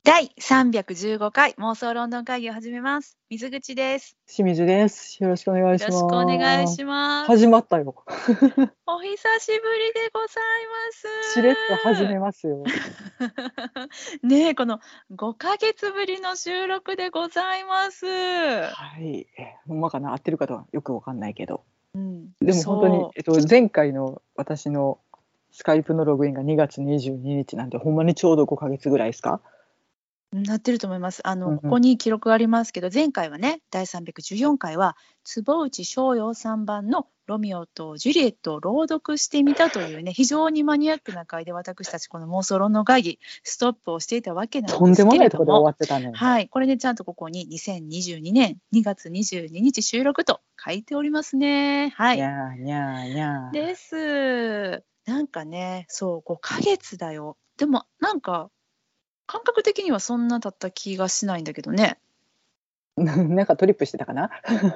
第315回妄想ロンドン会議を始めます。水口です。 清水です。よろしくお願いします。 よろしくお願いします。 始まったよ。 お久しぶりでございます。 しれっと始めますよ。 ねえ、この5ヶ月ぶりの収録でございます。 はい。ほんまかな、合ってるかとはよくわかんないけど。 うん、 でも本当に、前回の私のスカイプのログインが2月22日なんで、ほんまにちょうど5ヶ月ぐらいですか？ なってると思います。ここに記録がありますけど、前回はね、第314回は坪内逍遥さん版のロミオとジュリエットを朗読してみたというね、非常にマニアックな回で私たちこの妄想論の会議ストップをしていたわけなんですけれども、 とんでもないところで終わってたね。 はい、これでちゃんとここに2022年2月22日収録と書いておりますね。はい。 にゃーにゃーにゃーです。なんかね、そう5ヶ月だよ。でもなんか感覚的にはそんなだった気がしないんだけどね。 なんかトリップしてたかな。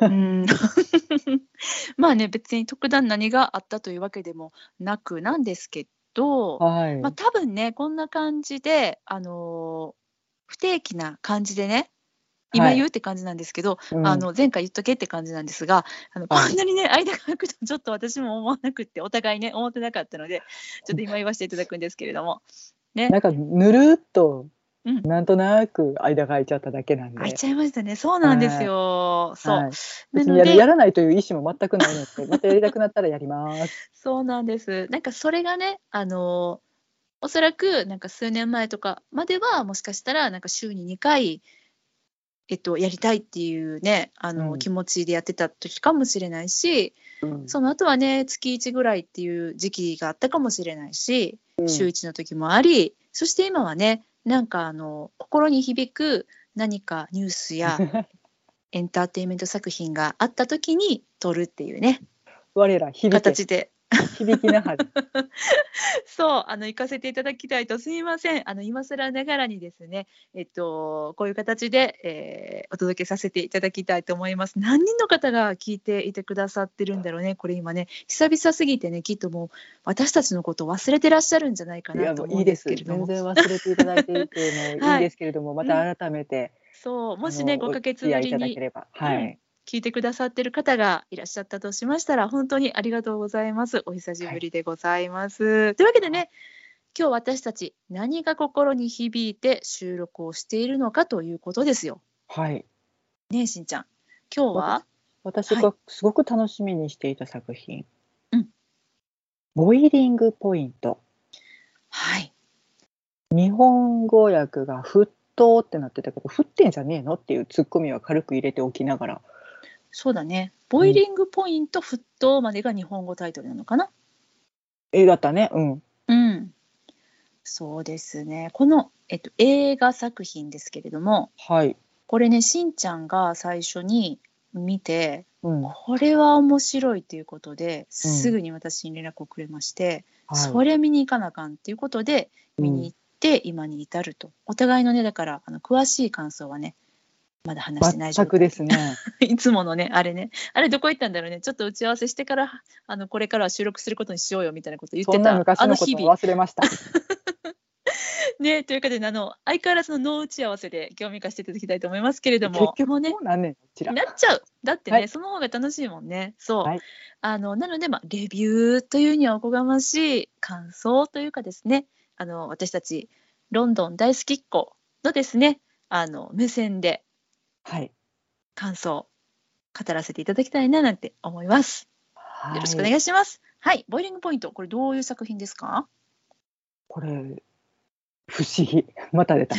まあね、別に特段何があったというわけでもなくなんですけど、 はい。 多分ね、こんな感じで、不定期な感じでね、今言うって感じなんですけど、前回言っとけって感じなんですが、こんなにね、間が空くとちょっと私も思わなくって、お互いね、思ってなかったので、ちょっと今言わせていただくんですけれども。ね。 なんかぬるっとうん。 なんとなく間が空いちゃっただけなんで。 空いちゃいましたね。そうなんですよ。そう。 はい。 な別にやので、 らないという意思も全くないので、またやりたくなったらやります。 そうなんです。なんかそれがね、おそらくなんか数年前とかまでは、もしかしたらなんか週に2回、やりたいっていうね、気持ちでやってた時かもしれないし、その後はね、月1ぐらいっていう時期があったかもしれないし、週1の時もあり、そして今はね、なんか心に響く何かニュースやエンターテインメント作品があった時に撮るっていうね、 我ら響け。 形で。 響きなはれ。 そう、行かせていただきたいと、すみません。今更ながらにですね、こういう形で、お届けさせていただきたいと思います。何人の方が聞いていてくださってるんだろうね。これ今ね、久々すぎてね、きっともう私たちのことを忘れてらっしゃるんじゃないかなと思うんですけれども。 全然忘れていただいていてもいいですけれども、また改めて、 そう、もしね、5 おヶ月付き合いいぶりに、 ただければ。はい。 聞いてくださってる方がいらっしゃったとしましたら、本当にありがとうございます。お久しぶりでございます。というわけでね、今日私たち何が心に響いて収録をしているのかということですよ。 はい。 ねえ、しんちゃん。今日は私がすごく楽しみにしていた作品。 うん。 ボイリングポイント。 はい。 日本語訳が沸騰ってなってたけど、沸ってんじゃねえのっていうツッコミは軽く入れておきながら。 そうだね。ボイリングポイント沸騰までが日本語タイトルなのかな。 だったね。うん。 うん。そうですね。この、映画作品ですけれども、 はい。 これね、しんちゃんが最初に見て、 うん。 これは面白いということで、すぐに私に連絡をくれまして、それ見に行かなあかんっていうことで、見に行って今に至ると。お互いのね、だから詳しい感想はね、まだ話してない状態全くですね。 いつものね、あれね、あれどこ行ったんだろうね、ちょっと打ち合わせしてから、これからは収録することにしようよみたいなこと言ってそんなた、 昔のことは忘れました。 ね、というかで、相変わらずのノー打ち合わせで興味化していただきたいと思いますけれども、 結局もうね、 なんねんこちら。 なっちゃう。だってね、 はい、 その方が楽しいもんね。そう。 はい、 なので、レビューというにはおこがましい感想というかですね、私たち、ロンドン大好きっ子のですね、目線ではい、 感想語らせていただきたいななんて思います。よろしくお願い。 いします。はい、ボイリングポイント、これどういう作品ですか？ これ不思議。また出た。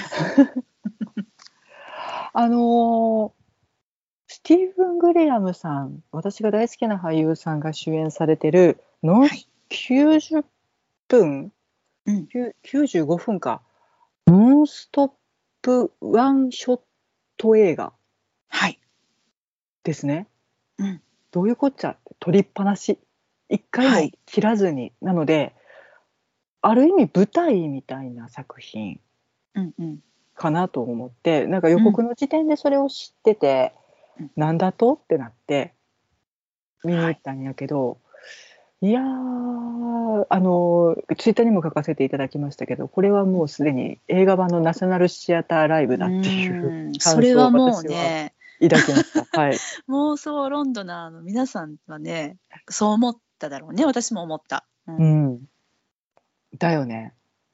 スティーブン・グレアムさん、私が大好きな俳優さんが主演されてるはい、 90分、95分か、ノンストップワンショット映画ですね。どういうこっちゃって、撮りっぱなし。一回も切らずに。なので、ある意味舞台みたいな作品かなと思って、なんか予告の時点でそれを知ってて、なんだとってなって見に行ったんやけど、 いやー、ツイッターにも書かせていただきましたけど、これはもうすでに映画版のナショナルシアターライブだっていうそ感想をれはもう私はね、 抱きました。はい。 妄想ロンドナーの皆さんはね、そう思っただろうね。私も思った。 うん。だよね。 うん。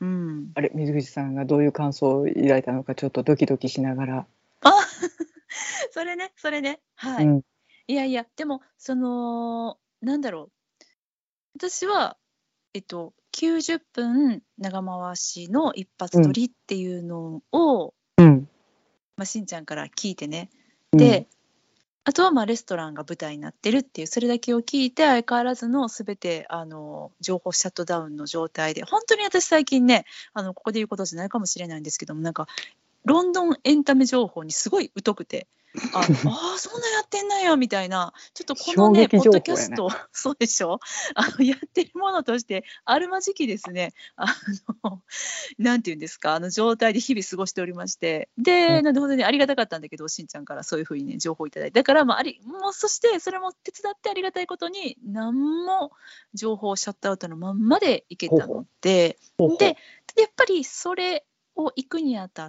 あれ、水口さんがどういう感想を抱いたのか、ちょっとドキドキしながら。 あそれね、それね。はい。 うん。 いやいや、でも、なんだろう。私は、90分長回しの一発撮りっていうのを、 うん。 しんちゃんから聞いてね。 うん。 で、あとはレストランが舞台になってるっていう、それだけを聞いて、相変わらずのすべて情報シャットダウンの状態で、本当に私最近ね、ここで言うことじゃないかもしれないんですけども、なんかロンドンエンタメ情報にすごい疎くて、そんなやってんのよみたいな、ちょっとこのね、ポッドキャスト、そうでしょ、やってるものとして、あるまじきですね、なんていうんですか、状態で日々過ごしておりまして、で、なんで本当にありがたかったんだけど、しんちゃんからそういうふうにね、情報をいただいて、だから、もうそして、それも手伝ってありがたいことに、何も情報シャットアウトのまんまでいけたので、で、やっぱりそれを行くにあたって、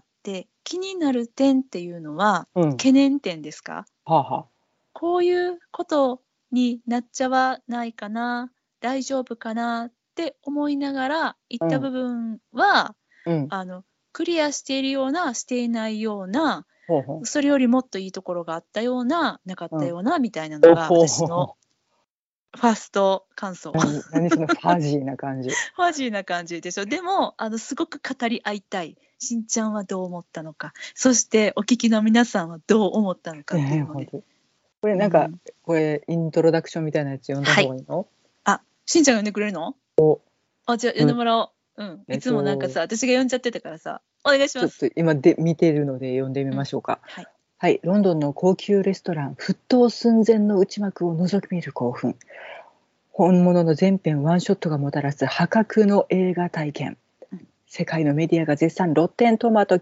気になる点っていうのは、懸念点ですか？こういうことになっちゃわないかな、大丈夫かなって思いながら行った部分は、クリアしているような、していないような、それよりもっといいところがあったような、なかったような、みたいなのが私のファースト感想。 何そのファジーな感じ。 ファジーな感じでしょ。でもすごく語り合いたい。しんちゃんはどう思ったのか、そしてお聞きの皆さんはどう思ったのかっていうので、 これなんか、これイントロダクションみたいなやつ読んだ方がいいの？ しんちゃん読んでくれるの？じゃあ読んでもらおう。いつもなんかさ、私が読んじゃってたからさ、お願いします。 ちょっと今で見てるので読んでみましょうか。はい、ロンドンの高級レストラン、沸騰寸前の内幕を覗き見る興奮。本物の全編ワンショットがもたらす破格の映画体験。世界のメディアが絶賛、ロッテントマト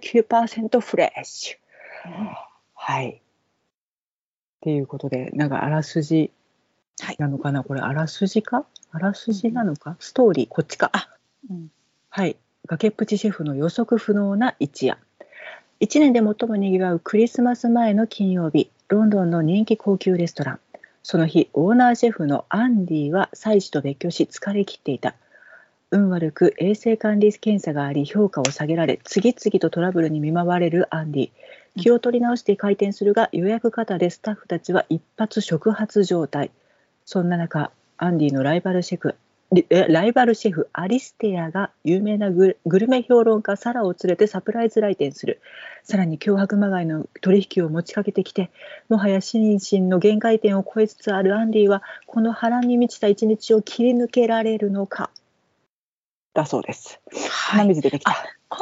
99% フレッシュ。はい。っていうことで、なんかあらすじなのかな、これあらすじか？あらすじなのか？ストーリー、こっちか。はい。崖っぷちシェフの予測不能な一夜。1年で最もにぎわうクリスマス前の金曜日、ロンドンの人気高級レストラン。その日、オーナーシェフのアンディは妻子と別居し疲れ切っていた。運悪く衛生管理検査があり評価を下げられ、次々とトラブルに見舞われるアンディ。気を取り直して開店するが、予約過多でスタッフたちは一発触発状態。そんな中、アンディのライバルシェフアリステアが有名なグルメ評論家サラを連れてサプライズ来店する。さらに脅迫まがいの取引を持ちかけてきて、もはや心身の限界点を超えつつあるアンディは、この波乱に満ちた一日を切り抜けられるのか、だそうです。鼻水出てきた。 こ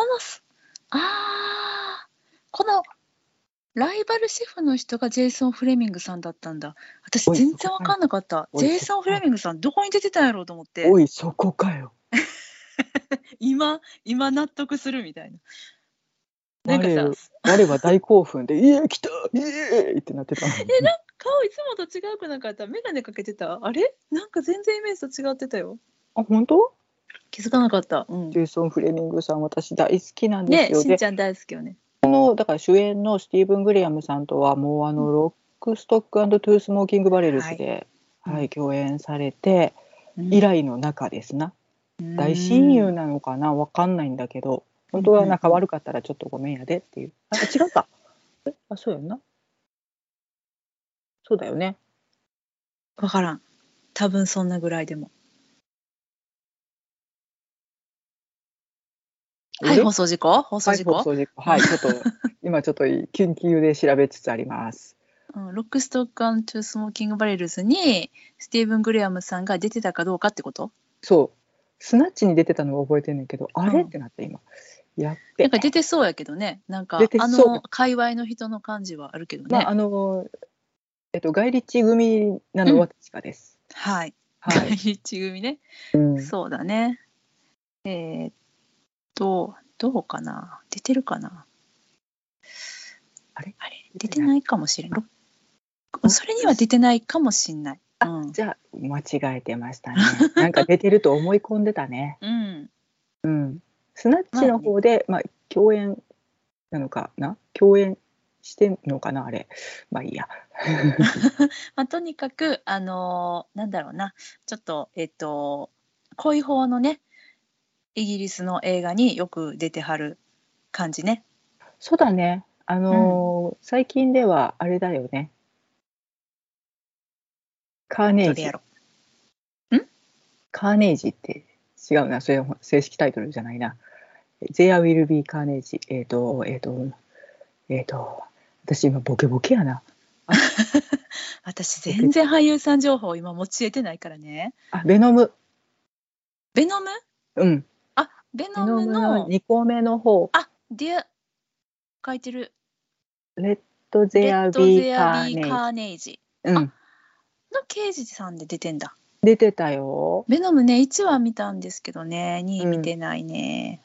のライバルシェフの人がジェイソン・フレミングさんだったんだ。私全然分かんなかった。ジェイソン・フレミングさんどこに出てたんやろうと思って。 おい、そこかよ。 今納得するみたいな。なんかさ、 我は大興奮で、イエー来たイエーってなってたのに。 なんか顔いつもと違うくなかった？眼鏡かけてた？あれなんか全然イメージと違ってたよ。 本当？ 気づかなかった。 ジェイソン・フレミングさん、私大好きなんですよ。 ね、しんちゃん大好きよね。 だから主演のスティーブン・グレアムさんとはもうロックストック&トゥースモーキングバレルズで、共演されて以来の仲ですな。大親友なのかな、分かんないんだけど、本当は仲悪かったらちょっとごめんやでっていう。違うか。そうやんな。そうだよね。 分からん。多分そんなぐらいでも。はい、放送事故。 はい、ちょっと今ちょっと緊急で調べつつあります。 ロックストック&トゥースモーキングバレルズにスティーブン・グレアムさんが出てたかどうかってこと？ そう。スナッチに出てたのを覚えてんねんけど、あれってなって今。やっべ。 なんか出てそうやけどね。なんか界隈の人の感じはあるけどね。 ガイリッチ組なのは確かです。 はい。ガイリッチ組ね。そうだね。どうかな。出てるかな。あれ出てないかもしれない。それには出てないかもしれない。 じゃあ間違えてましたね。なんか出てると思い込んでたね。うん。スナッチの方で、共演なのかな、共演してんのかな、あれ。まあいいや。 とにかくなんだろうな、ちょっと恋法のね、イギリスの映画によく出てはる感じね。 そうだね。最近ではあれだよね。カーネージ。 どれやろ。 カーネージって違うな、それは正式タイトルじゃないな。There will be carnage。私今ボケボケやな。 私全然俳優さん情報今持ち得てないからね。 ベノム。 ベノム？ うん。 ベノムの 2個目の方。 ディア書いてる。 Let there be carnage。の刑事さんで出てんだ。 出てたよ。 ベノムね、1話見たんですけどね、2見てないね。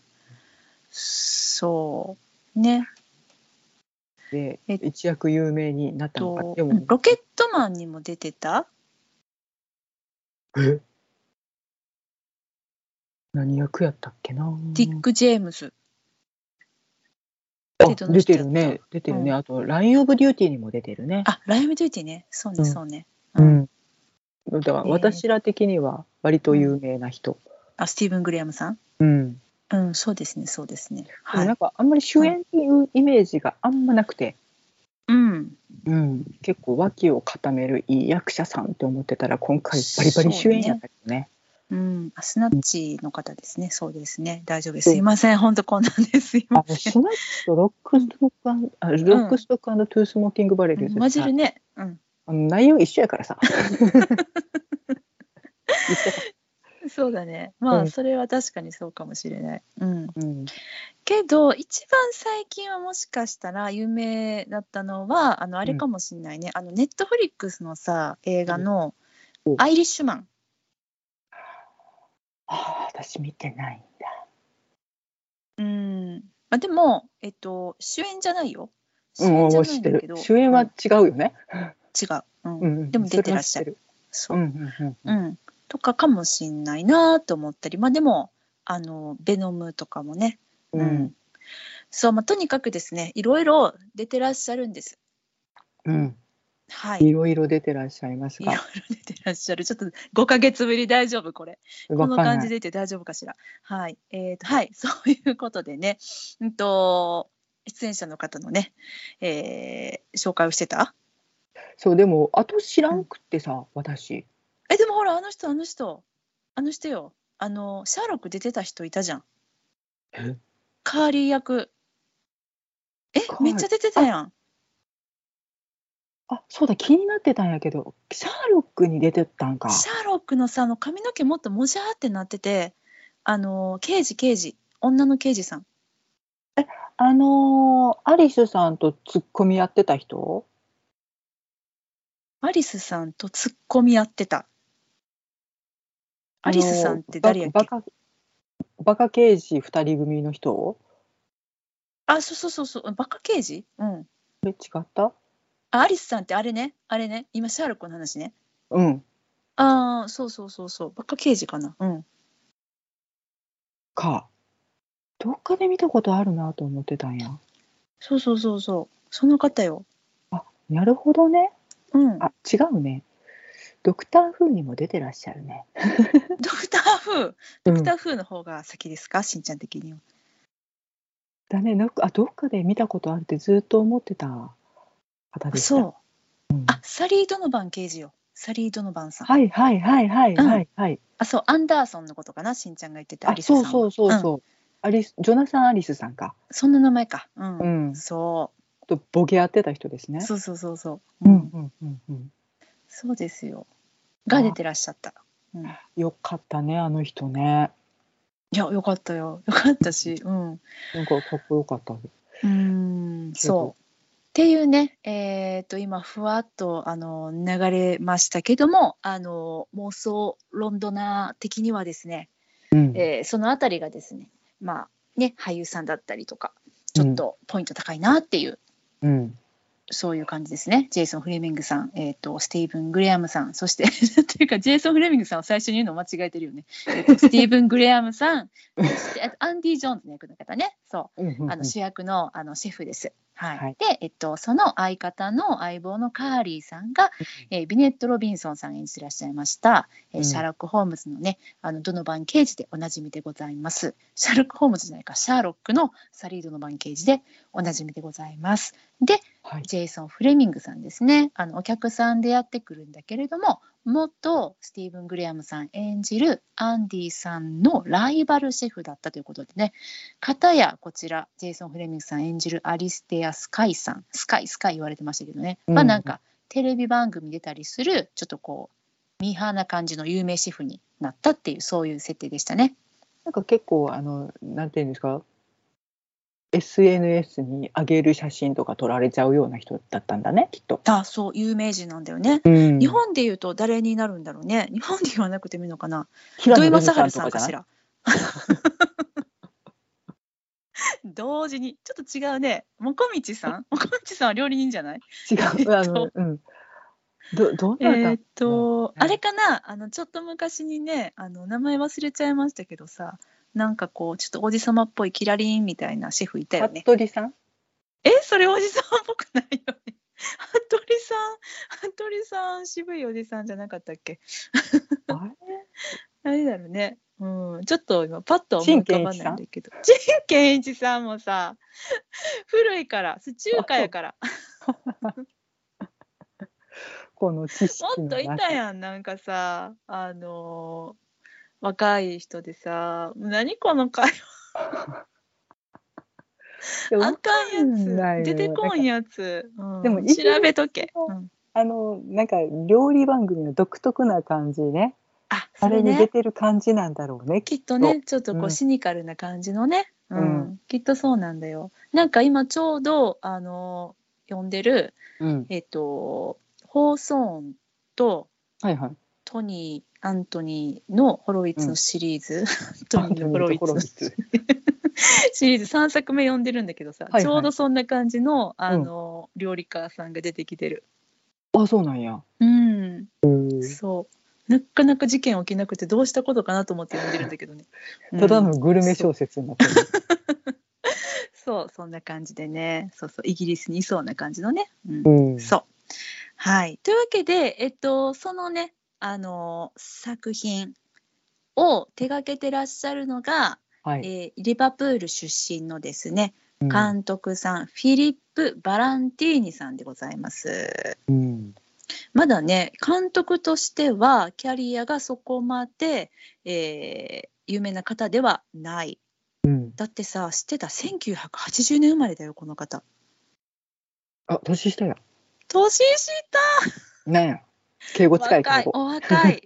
そうね。 で、一躍有名になったのか。 でもロケットマンにも出てた？ 何役やったっけな。 ディック・ジェームズ。 出てるね。あと、ライン・オブ・デューティーにも出てるね。 ライン・オブ・デューティーね。そうね、そうね。 だから私ら的には割と有名な人。 スティーブン・グレアムさん。そうですね、そうですね。 なんかあんまり主演っていうイメージがあんまなくて。結構脇を固めるいい役者さんって思ってたら、今回バリバリ主演やったけどね。 スナッチの方ですね。そうですね。大丈夫です。すいません。本当こんなんです。 スナッチとロックストック&トゥースモーキングバレル。 混じるね。 内容一緒やからさ。 そうだね。それは確かにそうかもしれない。けど一番最近はもしかしたら有名だったのはあれかもしれないね。ネットフリックスのさ映画のアイリッシュマン。 私見てないんだ。でも主演じゃないよ。 主演じゃないんだけど、主演は違うよね。 違う。でも出てらっしゃる。そう。とかかもしんないなと思ったり、でもベノムとかもね。そうとにかくですね、いろいろ出てらっしゃるんです。 いろいろ出てらっしゃいますが。 いろいろ出てらっしゃる。ちょっと5ヶ月ぶり大丈夫これ。この感じで言って大丈夫かしら。はい。そういうことでね。出演者の方のね、紹介をしてた。 そう、でもあと知らんくってさ、私。 でもほらあの人よ。シャーロック出てた人いたじゃん。カーリー役。めっちゃ出てたやん。 そうだ、気になってたんやけど、シャーロックに出てたんか。 シャーロックのさ髪の毛もっともじゃーってなってて、刑事女の刑事さん。 アリスさんとツッコミやってた人？ アリスさんとツッコミやってた。アリスさんって誰やっけ？ バカ刑事2人組の人？ そうバカ刑事？ 違った？ アリスさんってあれね今シャーロックの話ね。そうバカ刑事かな。 どっかで見たことあるなと思ってたんや。 そうその方よ。 なるほどね。違うね。ドクター風にも出てらっしゃるね。 ドクター風の方が先ですか、しんちゃん的には。 だね。どっかで見たことあるってずっと思ってた方でした。 そう。サリー・ドノバン刑事よ。サリー・ドノバンさん。 はい。そう、 アンダーソンのことかな、しんちゃんが言ってたアリスさんは。 そう。ジョナサン・アリスさんか。 そんな名前か。そう。 とボケやってた人ですね。 そう。そうですよ。が出てらっしゃった。 よかったね、あの人ね。 いや、よかったよ。よかったし、 なんかかっこよかった。 そう。っていうね、今ふわっと流れましたけども、妄想ロンドナー的にはですね、そのあたりがですね、俳優さんだったりとかちょっとポイント高いなっていうそういう感じですね。ジェイソン・フレミングさん、スティーブン・グレアムさん、そしてというかジェイソン・フレミングさんを最初に言うのを間違えてるよね。スティーブン・グレアムさん、そしてアンディ・ジョーンズの役の方ね、そう主役のシェフです。はいはい、で、その相方の相棒のカーリーさんが、ビネット・ロビンソンさん演じてらっしゃいました、シャーロック・ホームズのね、ドノバン刑事でおなじみでございます。シャーロック・ホームズじゃないか、シャーロックのサリードノバン刑事でおなじみでございます。で、はい、ジェイソン・フレミングさんですね。お客さんでやってくるんだけれども、元スティーブン・グレアムさん演じるアンディさんのライバルシェフだったということでね、片やこちらジェイソン・フレミングさん演じるアリステア・スカイさん、スカイ言われてましたけどね、なんかテレビ番組出たりするちょっとこうミーハーな感じの有名シェフになったっていう、そういう設定でしたね。 なんか結構なんていうんですか、SNS に上げる写真とか撮られちゃうような人だったんだね、きっと。 そう、有名人なんだよね。日本でいうと誰になるんだろうね。日本で言わなくてもいいのかな。土井正治さんかしら。同時にちょっと違うね。もこみちさんは料理人じゃない？ 違う。どんなあれかな、ちょっと昔にね、名前忘れちゃいましたけどさ、なんかこうちょっとおじさまっぽいキラリンみたいなシェフいたよね。 服部さん？ それおじさまっぽくないよね。服部さん渋いおじさんじゃなかったっけ？あれだろうね。ちょっと今パッと思い浮かばないんだけど、陳健一さんもさ、古いからスチューカやからこの知識もっといたやん、なんかさ、若い人でさ、何この会話あかんやつ、出てこんやつ、でも調べとけ。 なんか料理番組の独特な感じね。あれに出てる感じなんだろうね。 きっとね、ちょっとこうシニカルな感じのね、きっとそうなんだよ。なんか今ちょうど読んでる、ホーソーンとトニー・アントニーのホロウィッツのシリーズ、トニーのホロウィッツシリーズ3作目読んでるんだけどさ、ちょうどそんな感じの料理家さんが出てきてる。 そうなんや。 そう。なかなか事件起きなくてどうしたことかなと思って読んでるんだけどね。 ただのグルメ小説になってる。 そう、そんな感じでね。そうそう、イギリスにいそうな感じのね。そう。はい。というわけで、そのね、作品を手掛けてらっしゃるのが、リバプール出身のですね、監督さん、フィリップ・バランティーニさんでございます。まだね、監督としてはキャリアがそこまで、有名な方ではない。だってさ、知ってた？1980年生まれだよ、この方。 年下や。 年下。 なんや。敬語使い敬語。 お若い。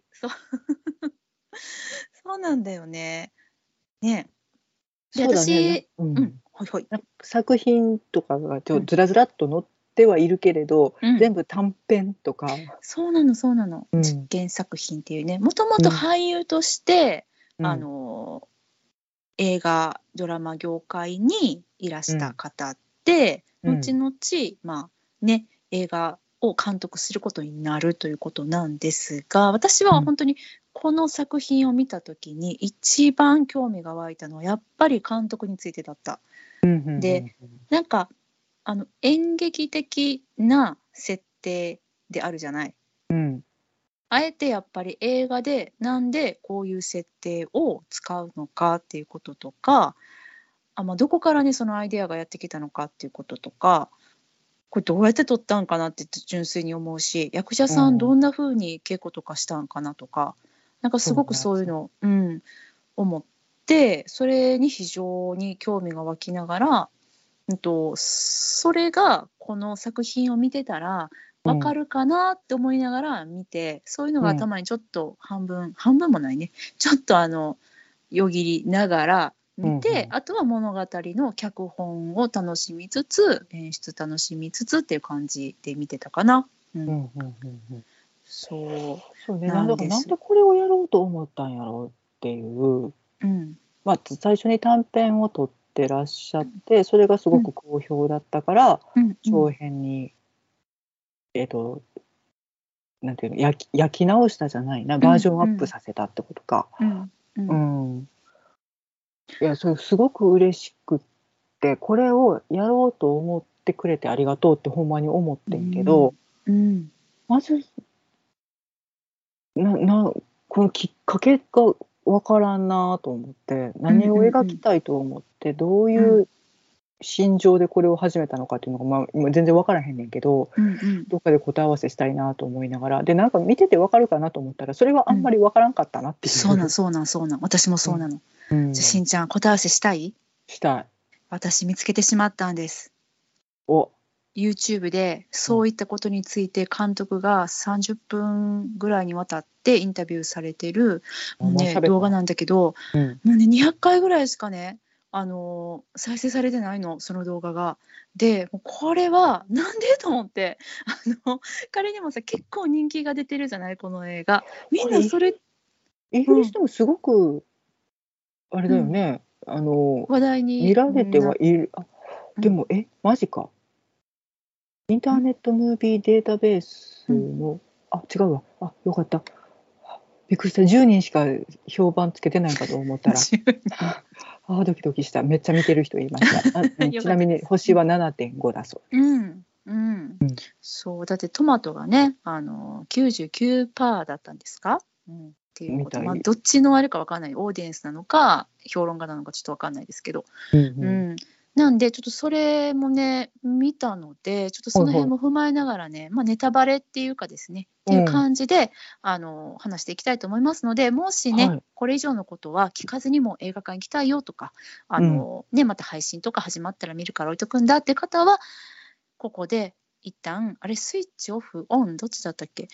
そうなんだよね。ね。で、私、 作品とかがずらずらっと載ってはいるけれど、全部短編とか。 そうなの。実験作品っていうね、もともと俳優として、映画ドラマ業界にいらした方で、後々映画を監督することになるということなんですが、私は本当にこの作品を見た時に一番興味が湧いたのはやっぱり監督についてだった。で、なんか演劇的な設定であるじゃない。あえてやっぱり映画でなんでこういう設定を使うのかっていうこととか、どこからねそのアイデアがやってきたのかっていうこととか、これどうやって撮ったんかなって純粋に思うし、役者さんどんな風に稽古とかしたんかなとか、なんかすごくそういうのを、思って、それに非常に興味が湧きながら、それがこの作品を見てたらわかるかなって思いながら見て、そういうのが頭にちょっと半分もないね、ちょっとよぎりながら見て、あとは物語の脚本を楽しみつつ、演出楽しみつつっていう感じで見てたかな。 そうね。なんでこれをやろうと思ったんやろうっていう、最初に短編を撮ってらっしゃって、それがすごく好評だったから長編にえっとなんていうの、焼き直したじゃないな、バージョンアップさせたってことか。 うんううん。いや、それすごく嬉しくって、これをやろうと思ってくれてありがとうってほんまに思ってんけど、 うんまず、このきっかけがわからんなと思って、何を描きたいと思って、どういう心情でこれを始めたのかっていうのが、まあ、今全然わからへんねんけど、どっかで答え合わせしたいなと思いながら、で、なんか見ててわかるかなと思ったら、それはあんまりわからんかったなっていう。 そうなん私もそうなの。じゃあしんちゃん答え合わせしたい？ したい。 私見つけてしまったんです。 お、 YouTube でそういったことについて監督が30分ぐらいにわたってインタビューされてるもうね動画なんだけど、もうね200回ぐらいしかね再生されてないの、その動画が。でもうこれはなんでと思って彼にもさ結構人気が出てるじゃない、この映画。みんなそれイギリスでもすごくあれだよね、 話題に見られてはいる。でもマジか。インターネットムービーデータベースの、違うわ。よかった。びっくりした。10人しか評判つけてないかと思ったら。ドキドキした。めっちゃ見てる人いました。ちなみに星は 7.5 だそうです。 そうだってトマトがね99%だったんですか、っていうこと、どっちのあれか分かんない、オーディエンスなのか評論家なのかちょっと分かんないですけど、なんでちょっとそれもね見たので、ちょっとその辺も踏まえながらね、ネタバレっていうかですね、っていう感じで話していきたいと思いますので、もしね、これ以上のことは聞かずにも映画館行きたいよとかまた配信とか始まったら見るから置いとくんだって方はここで一旦スイッチオフオンどっちだったっけ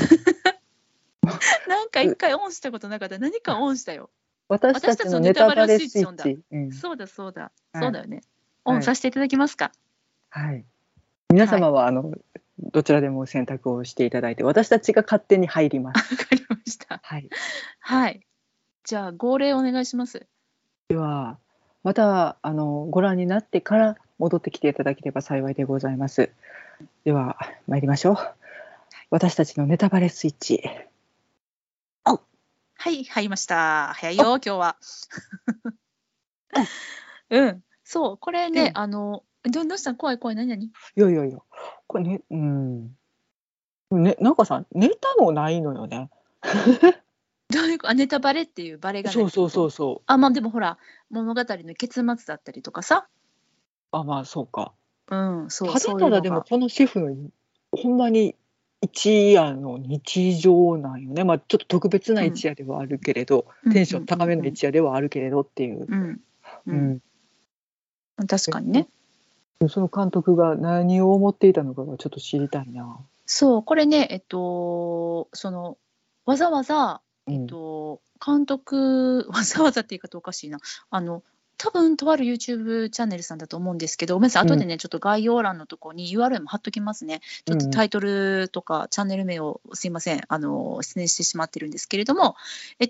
なんか一回オンしたことなかった。何かオンしたよ。 私たちのネタバレスイッチ。 そうだよね。オンさせていただきますか。 はい。皆様はどちらでも選択をしていただいて、私たちが勝手に入ります。 わかりました。はい。じゃあ号令お願いします。 ではまたご覧になってから戻ってきていただければ幸いでございます。では参りましょう。私たちのネタバレスイッチ。 はい、入りました。早いよ今日は。そうこれねどうしたん、怖い何？ いやこれね、なんかさネタもないのよね。 どういうネタバレっていうバレがない。そうでもほら物語の結末だったりとかさ。 そうか。 そうただただでもこのシェフのほんまに一夜の日常なんよね。ちょっと特別な一夜ではあるけれど、テンション高めの一夜ではあるけれどっていう。 確かにね。 その監督が何を思っていたのかがちょっと知りたいな。 そうこれねわざわざ監督わざわざって言い方おかしいな、多分とある YouTube チャンネルさんだと思うんですけど、ごめんなさい後でねちょっと概要欄のところに URL も貼っときますね。ちょっとタイトルとかチャンネル名をすいません失念してしまってるんですけれども、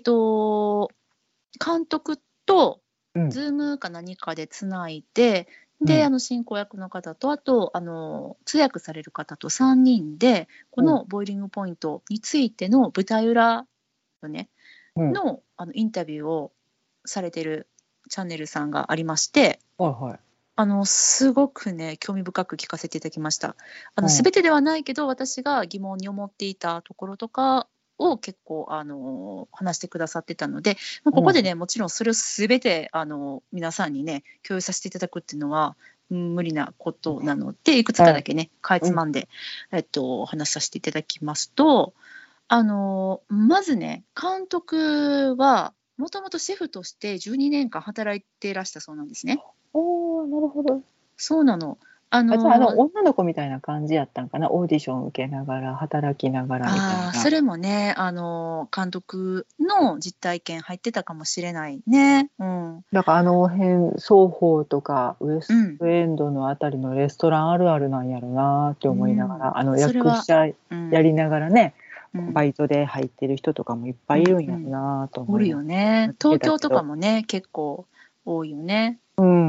監督と Zoom か何かでつないで、で進行役の方とあと通訳される方と3人でこのボイリングポイントについての舞台裏のね、のインタビューをされてるチャンネルさんがありまして、すごくね興味深く聞かせていただきました。全てではないけど私が疑問に思っていたところとかを結構話してくださってたので、ここでねもちろんそれを全て皆さんにね共有させていただくっていうのは無理なことなので、いくつかだけねかいつまんで、話させていただきますと、まずね監督はもともとシェフとして12年間働いていらしたそうなんですね。 なるほど。 そうなの。 女の子みたいな感じやったんかな、オーディション受けながら働きながらみたいな。 それもね監督の実体験入ってたかもしれないね。 だから辺双方とかウエストエンドのあたりのレストランあるあるなんやろなって思いながら、役者やりながらね、バイトで入ってる人とかもいっぱいいるんやろなと思いながら。 おるよね。東京とかもね結構多いよね。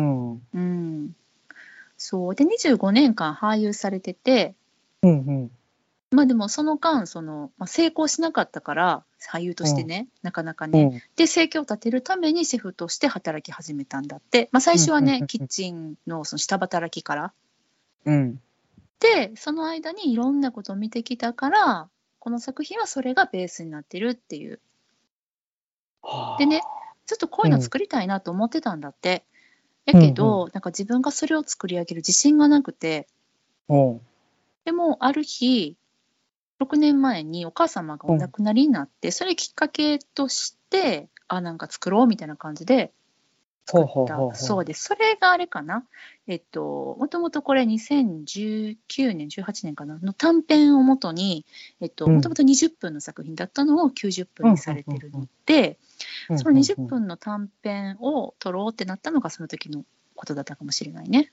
そうで25年間俳優されてて、 まあでもその間成功しなかったから俳優としてね、なかなかね、で生計を立てるためにシェフとして働き始めたんだって、まあ、最初はね、キッチンのその下働きから、でその間にいろんなことを見てきたからこの作品はそれがベースになってるっていう。でね、ちょっとこういうの作りたいなと思ってたんだって。やけど、なんか自分がそれを作り上げる自信がなくて、でもある日6年前にお母様がお亡くなりになって、それきっかけとしてなんか作ろうみたいな感じで作ったそうです。それがあれかな、もともとこれ2019年18年かなの短編をもとにもともと20分の作品だったのを90分にされてるので、その20分の短編を撮ろうってなったのがその時のことだったかもしれないね。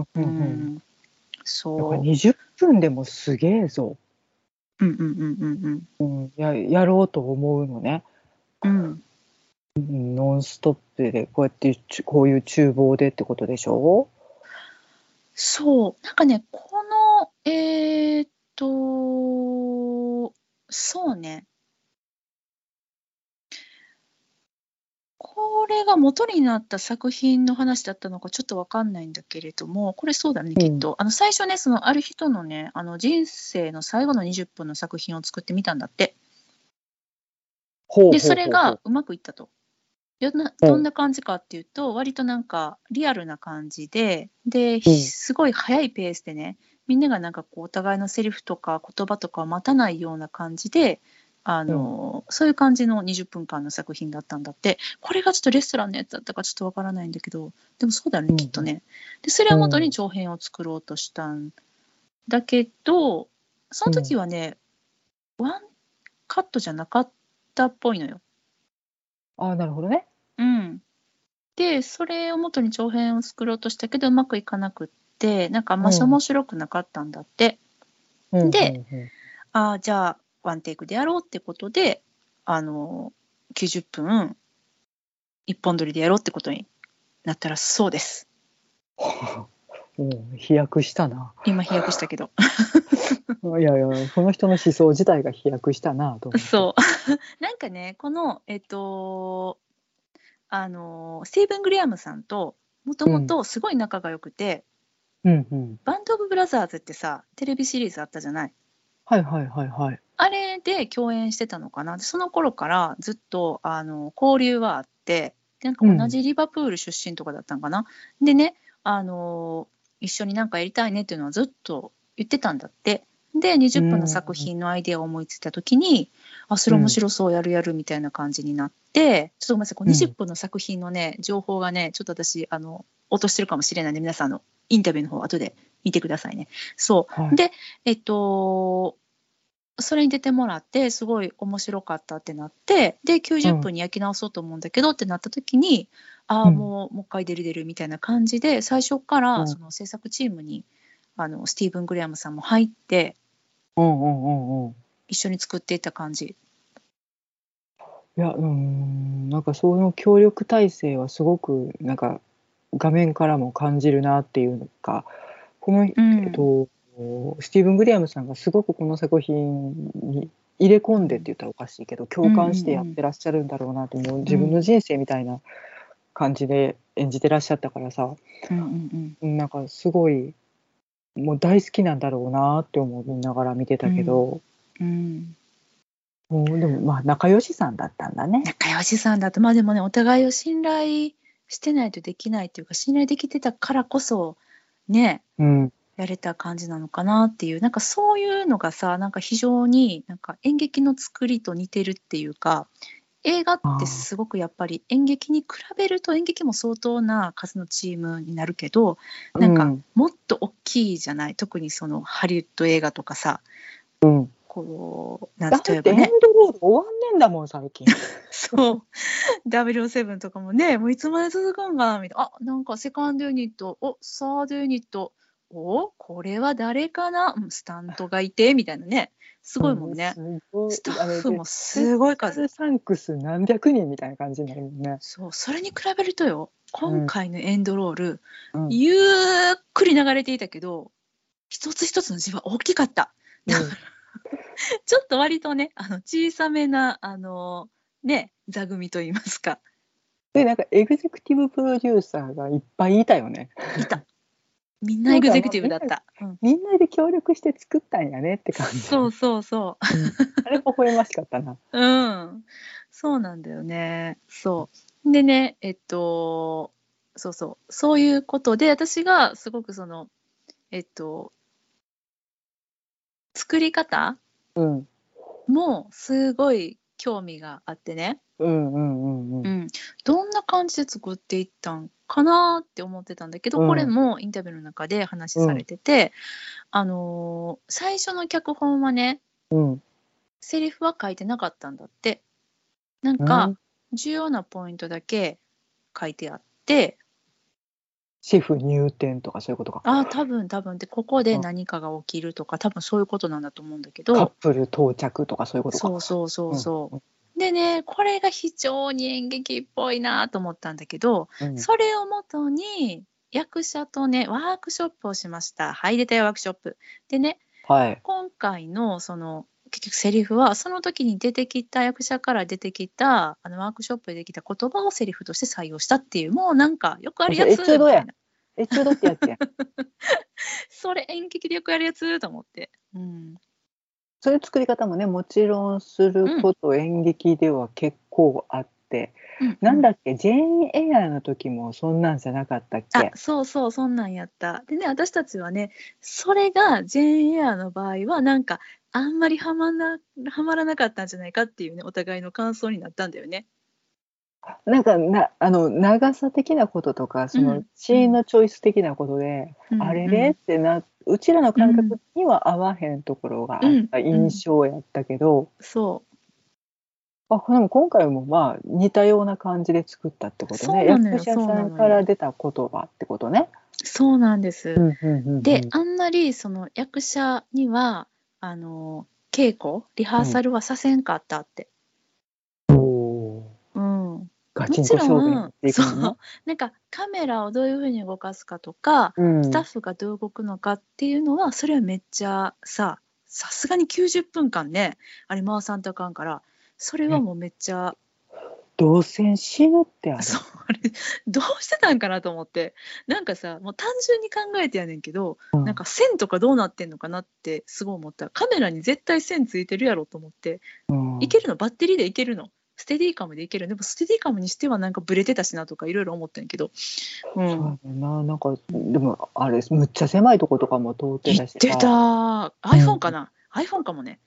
そう。20分でもすげえぞ。やろうと思うのね。ノンストップでこうやってこういう厨房でってことでしょ？ そうなんかねこのそうねこれが元になった作品の話だったのかちょっと分かんないんだけれども、これそうだね、きっと最初ねそのある人のね人生の最後の20分の作品を作ってみたんだって。でそれがうまくいったと。どんな感じかっていうと割となんかリアルな感じですごい速いペースでね、みんながなんかこうお互いのセリフとか言葉とかを待たないような感じでそういう感じの20分間の作品だったんだって。これがちょっとレストランのやつだったかちょっとわからないんだけど、でもそうだよね、きっとね。でそれをもとに長編を作ろうとしたんだけど、その時はね、ワンカットじゃなかったっぽいのよ。 なるほどね。 でそれをもとに長編を作ろうとしたけどうまくいかなくって、なんかあんまし面白くなかったんだって。で、じゃあワンテイクでやろうってことで90分一本撮りでやろうってことになったらそうです。 飛躍したな。 今飛躍したけどいやいやその人の思想自体が飛躍したなと思って。 そうなんかねこのスティーブン・グレアムさんともともとすごい仲が良くて、バンド・オブ・ブラザーズってさテレビシリーズあったじゃない。あれで共演してたのかな。その頃からずっと交流はあって、なんか同じリバプール出身とかだったのかな。でね一緒になんかやりたいねっていうのはずっと言ってたんだって。で20分の作品のアイデアを思いついた時に、それ面白そう、やるみたいな感じになって、ちょっとごめんなさい、この20分の作品のね情報がねちょっと私落としてるかもしれないので、皆さんのインタビューの方後で見てくださいね。そう、でそれに出てもらってすごい面白かったってなって、で90分に焼き直そうと思うんだけどってなった時に、もう一回出るみたいな感じで最初からその制作チームにスティーブン・グレアムさんも入って、一緒に作っていった感じ。 いやなんかその協力体制はすごくなんか画面からも感じるなっていうか、この、スティーブン・グレアムさんがすごくこの作品に入れ込んでって言ったらおかしいけど、共感してやってらっしゃるんだろうなと思う。自分の人生みたいな感じで演じてらっしゃったからさ、なんかすごいもう大好きなんだろうなって思いながら見てたけど、でもまあ仲良しさんだったんだね。 仲良しさんだと、まあでもねお互いを信頼してないとできないというか、信頼できてたからこそね、やれた感じなのかなっていう、なんかそういうのがさ、なんか非常になんか演劇の作りと似てるっていうか、映画ってすごくやっぱり演劇に比べると演劇も相当な数のチームになるけど、なんかもっと大きいじゃない、特にそのハリウッド映画とかさ、こう例えばね、 エンドロール終わんねんだもん最近そう007とかもね、もういつまで続くんかなみたいな、なんかセカンドユニット、サードユニット、これは誰かな、スタントがいてみたいなね、すごいもんね。スタッフもすごい数。 サンクス何百人みたいな感じになるもんね。 そう、それに比べるとよ、今回のエンドロール、ゆっくり流れていたけど、一つ一つの字は大きかった。 ちょっと割とね小さめなね座組といいますか。 でなんかエグゼクティブプロデューサーがいっぱいいたよね。 いた。みんなエグゼクティブだった。 みんなで協力して作ったんやねって感じ。 そうそうそう。 あれ微笑ましかったな。 そうなんだよね。そうでねそういうことで私がすごく作り方もすごい興味があってね。どんな感じで作っていったんかなって思ってたんだけど、これもインタビューの中で話されてて、最初の脚本はね、セリフは書いてなかったんだって。なんか重要なポイントだけ書いてあって、 シェフ入店とかそういうことか。 多分でここで何かが起きるとか、多分そういうことなんだと思うんだけど、 カップル到着とかそういうことか。 そうでね、これが非常に演劇っぽいなと思ったんだけど、それをもとに役者とねワークショップをしました。はい、出たよワークショップでね、今回の結局セリフはその時に出てきた役者から出てきたワークショップでできた言葉をセリフとして採用したっていう、もうなんかよくあるやつみたいな。 エチュードってやつや。 それ演劇でよくやるやつと思って。 そういう作り方もねもちろんすること演劇では結構あって、なんだっけジェーン・エアの時もそんなんじゃなかったっけ。 そうそんなんやった。でね、私たちはねそれがジェーン・エアの場合はなんかあんまりはまらなかったんじゃないかっていうね、お互いの感想になったんだよね。 なんか長さ的なこととかそのシーンのチョイス的なことで、あれれってうちらの感覚には合わへんところがあった印象やったけど、でも今回もまあ似たような感じで作ったってことね。役者さんから出た言葉ってことね。 そうなんです。で、あんまりその役者には稽古リハーサルはさせんかったって。 ガチンコ勝負になっていくの？ なんかカメラをどういうふうに動かすかとか、スタッフがどう動くのかっていうのはそれはめっちゃさすがに90分間ねあれ回さんとあかんから、それはもうめっちゃ動線死ぬってあれどうしてたんかなと思って、なんかさもう単純に考えてやねんけど、なんか線とかどうなってんのかなってすごい思った。カメラに絶対線ついてるやろと思って、いけるの？バッテリーでいけるの？ステディカムでいける？でもステディカムにしてはなんかブレてたしなとかいろいろ思ったんやけど、 そうやな、なんかでもあれむっちゃ狭いとことかも通ってたしさ。 言ってた。iPhone かな、iPhone かもね。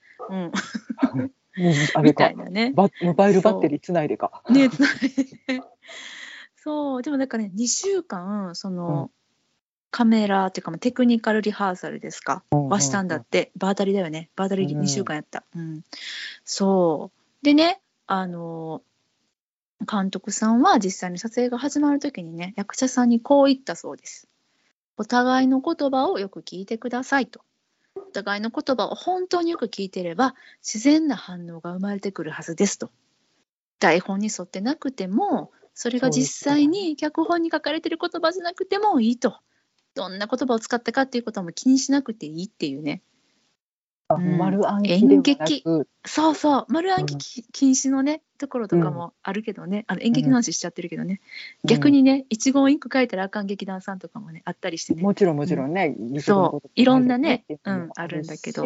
あれかみたいなね。モバイルバッテリーつないでか。 ねつないでね。そうでもなんかね2週間その、カメラっていうかテクニカルリハーサルですか、はしたんだって。バータリだよね。バータリ2週間やった。そうでね監督さんは実際に撮影が始まる時にね役者さんにこう言ったそうです。お互いの言葉をよく聞いてくださいと。お互いの言葉を本当によく聞いてれば自然な反応が生まれてくるはずですと。台本に沿ってなくてもそれが実際に脚本に書かれてる言葉じゃなくてもいいと。どんな言葉を使ったかっていうことも気にしなくていいっていうね。 丸暗記ではなく、 そう丸暗記禁止のねところとかもあるけどね、演劇の話しちゃってるけどね、逆にね一言一句書いたらあかん劇団さんとかもねあったりしてね。 もちろんね、 そういろんなね、あるんだけど、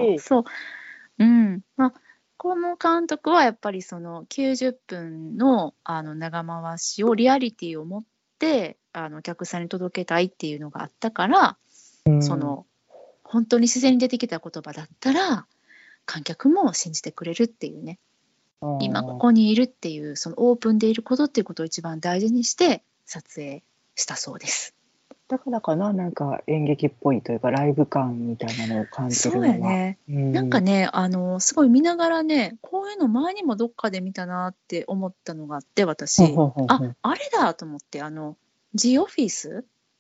この監督はやっぱりその90分の長回しをリアリティを持ってお客さんに届けたいっていうのがあったから、その本当に自然に出てきた言葉だったら観客も信じてくれるっていうね、今ここにいるっていうそのオープンでいることっていうことを一番大事にして撮影したそうです。 だからかな、なんか演劇っぽいというかライブ感みたいなのを感じるのは。 そうやね、なんかねすごい見ながらねこういうの前にもどっかで見たなって思ったのがあって、私あれだと思って、ジオフィス、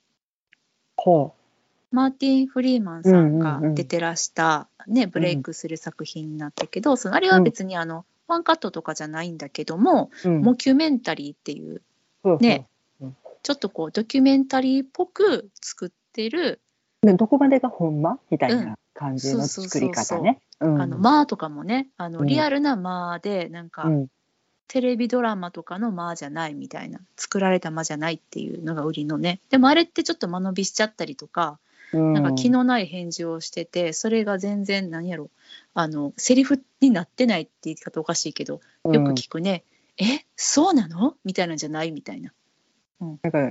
マーティン・フリーマンさんが出てらした、ブレイクする作品になったけど、あれは別にワンカットとかじゃないんだけども、モキュメンタリーっていうね、ちょっとこうドキュメンタリーっぽく作ってる。 どこまでがほんまみたいな。 感じそうの作りそうそうそう。 方ね。 間とかもね、 うんリアルな間で、なんか、 うんテレビドラマとかの間じゃないみたいな、作られた間じゃないっていうのが売りのね。でもあれってちょっと間延びしちゃったりとか、なんか気のない返事をしてて、それが全然何やろ、セリフになってないって言い方おかしいけど、よく聞くね。そうなのみたいなんじゃないみたいな。 だから、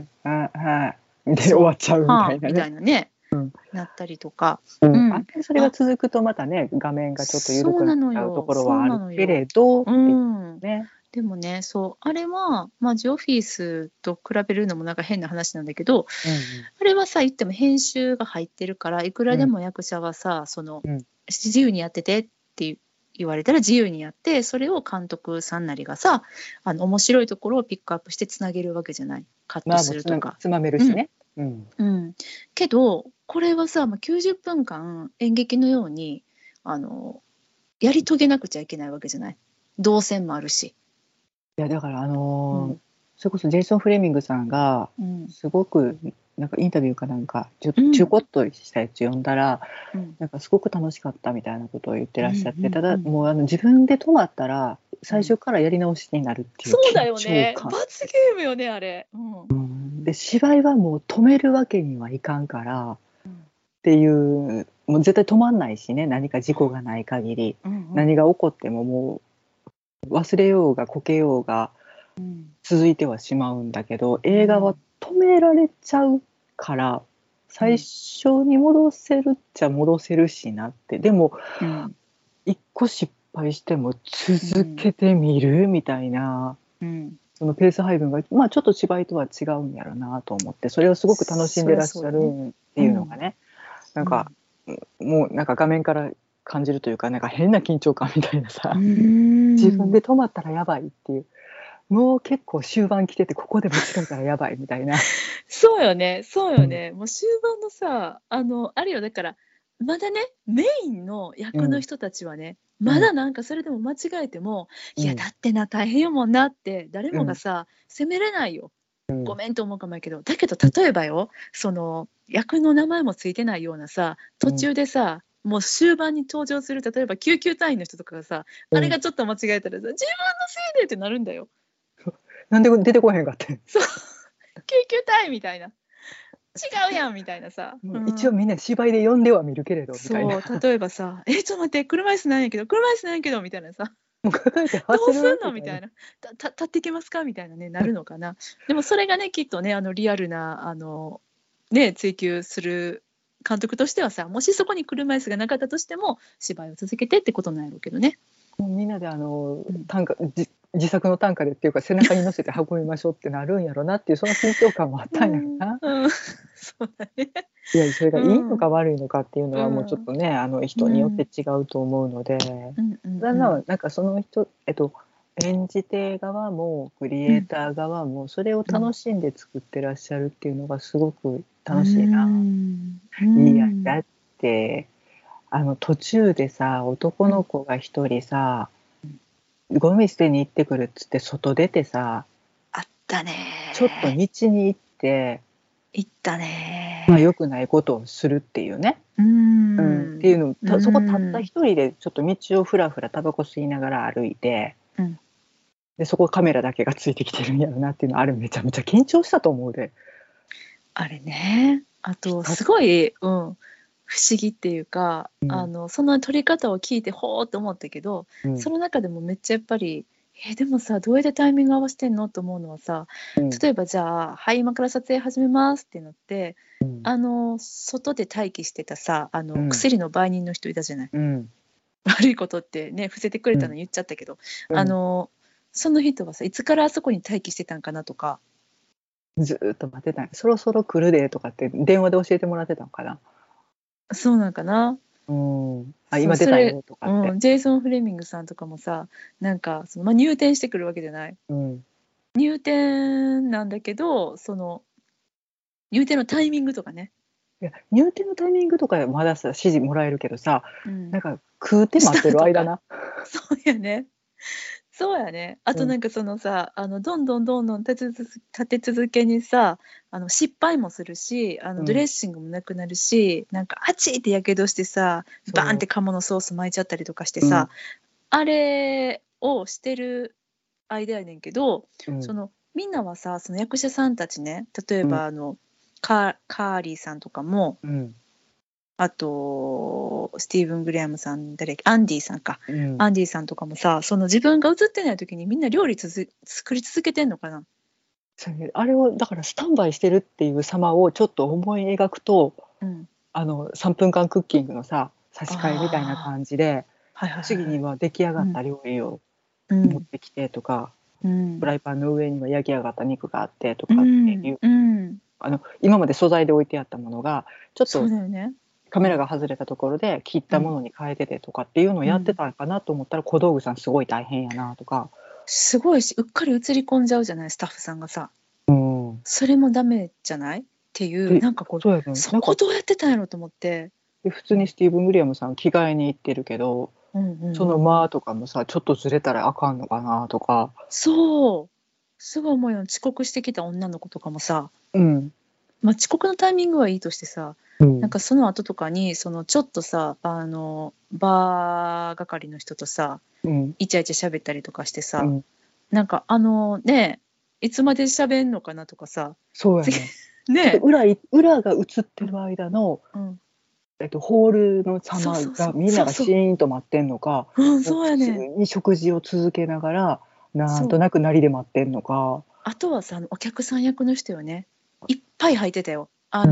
はい。で終そうわっちゃうみたはあみたいなね。 いなね、なったりとか。 あうんんまりそれがあ、 続くとまたね、画面がちょっと緩そうなくなっちゃうとのよ。そうころはあるなのよ。 けれどっうていうん。 ね。 でもね、そう、あれは、まあ、ジオフィスと比べるのもなんか変な話なんだけど、 うんあれはさ、言っても編集が入ってるから、いくらうんでも役者はさ、 うん自由にやっててって言われたら自由にやって、それを監督さんなりがさ、面白いところをピックアップしてつなげるわけじゃない。カットまあもうするとか。 つまめるうん。 しね。うんうん。けど、これはさ、まあ、90分間演劇のように、あの、やり遂げなくちゃいけないわけじゃない。動線もあるし。 いやだからうん。 それこそジェイソン・フレミングさんがうん。 すごくなんかインタビューかなんかうんちょこっとしたやつ読んだら、 うんなんかすごく楽しかったみたいなことを言ってらっしゃって、 うんただうんもう自分で止まったら最初からやり直しになるっていうそうだ緊よね。 張感、 罰ゲームよね、あれ。 で芝居はもう止めるわけにはいかんからっていうもう絶対止まんないしね、何か事故がない限り、何が起こってももう忘れようがこけようが続いてはしまうんだけど、映画は止められちゃうから最初に戻せるっちゃ戻せるしなって。でも一個失敗しても続けてみるみたいな、そのペース配分が、まあ、ちょっと芝居とは違うんやろなと思って、それをすごく楽しんでらっしゃるっていうのがね、なんかもうなんか画面から感じるというか、なんか変な緊張感みたいなさ、自分で止まったらやばいっていう、もう結構終盤来ててここで間違えたらやばいみたいな。 そうよね、そうよね。もう終盤のさ、あれよ、だから、まだね、メインの役の人たちはね、まだなんかそれでも間違えても、いや、だってな、大変よもんなって、誰もがさ、責めれないよ。ごめんと思うかもやけど、だけど例えばよ、役の名前もついてないようなさ、途中でさ、もう終盤に登場する、例えば救急隊員の人とかがさ、あれがちょっと間違えたらさ、自分のせいでってなるんだよ。 なんで出てこへんかってそう、救急隊員みたいな。違うやんみたいなさ。 一応みんな芝居で呼んでは見るけれどみたいな。 そう、例えばさ、ちょっと待って、車椅子なんやけど、車椅子なんやけど、みたいなさ。 もう抱えてどう走るすんのみたいな。立っていけますかみたいなね、なるのかな。でもそれがね、きっとね、リアルな、ね、追求する監督としてはさ、もしそこに車椅子がなかったとしても、芝居を続けてってことなんやろうけどね。 もうみんなで自作の担架でっていうか背中に乗せて運びましょうってなるんやろなっていう、その緊張感もあったんやろな。 そうだね。 いや、それがいいのか悪いのかっていうのはもうちょっとね、人によって違うと思うので、なんかその人、演じ手側もクリエイター側もそれを楽しんで作ってらっしゃるっていうのがすごく楽しいな。いや、だって途中でさ、男の子が一人さ、ゴミ捨てに行ってくるっつって外出てさ、 あったね。 ちょっと道に行って行ったね。 まあ良くないことをするっていうね。っていうのそこたった一人でちょっと道をふらふらタバコ吸いながら歩いて、でそこカメラだけがついてきてるんやろなっていうの、あれめちゃめちゃ緊張したと思うで。 あれね。あとすごい、不思議っていうか、その撮り方を聞いてほーって思ったけど、その中でもめっちゃやっぱりでもさ、どうやってタイミング合わせてんのと思うのはさ、例えばじゃあ、はい、今から撮影始めますってなって、外で待機してたさ、薬の売人の人いたじゃない。悪いことってね、伏せてくれたの言っちゃったけど、その人はさ、いつからあそこに待機してたんかなとか。 ずっと待ってたんや。そろそろ来るでとかって電話で教えてもらってたのかな。 そうなんかな。 今出たよとかって。 ジェイソン・フレミングさんとかもさ、なんか入店してくるわけじゃない。入店なんだけど、入店のタイミングとかね。 いや、入店のタイミングとかまださ指示もらえるけどさ、なんか食うて待ってる間な。 そうやね。 そうやね。あうんとなんかそのさ、どんどんどんどん立て続けにさ、失敗もするし、ドレッシングもなくなるし、なんかあちってやけどしてさ、バーンって鴨のソース巻いちゃったりとかしてさ、あれをしてる間やねんけど、そのみんなはさ、その役者さんたちね、例えばカーリーさんとかも、あとスティーブン・グレアムさん、誰っけ、アンディさんか、アンディさんとかもさ、その自分が映ってない時にみんな料理作り続けてんのかな。 あれをだからスタンバイしてるっていう様をちょっと思い描くと、3分間クッキングのさ差し替えみたいな感じで、次には出来上がった料理を持ってきてとか、フライパンの上には焼き上がった肉があってとかっていう、今まで素材で置いてあったものがちょっとカメラが外れたところで切ったものに変えててとかっていうのをやってたのかなと思ったら、小道具さんすごい大変やなとか。 すごいし、うっかり映り込んじゃうじゃない、スタッフさんがさ。それもダメじゃないっていう、なんかこう、そこどうやってたんやろと思って。 で普通にスティーブン・ウィリアムさん着替えに行ってるけど、その間とかもさちょっとずれたらあかんのかなとか。 そうすごい思うよ。遅刻してきた女の子とかもさ、遅刻のタイミングはいいとしてさ、なんかその後とかにそのちょっとさ、バー係の人とさ、イチャイチャ喋ったりとかしてさ、なんかねいつまで喋んのかなとかさ。 そうやね。ちょっと裏が映ってる間の、ホールの様がみんながシーンと待ってんのか、 そうやね、 普通に食事を続けながらなんとなくなりで待ってんのか。 あとはさ、お客さん役の人よね、いっぱい入ってたよ。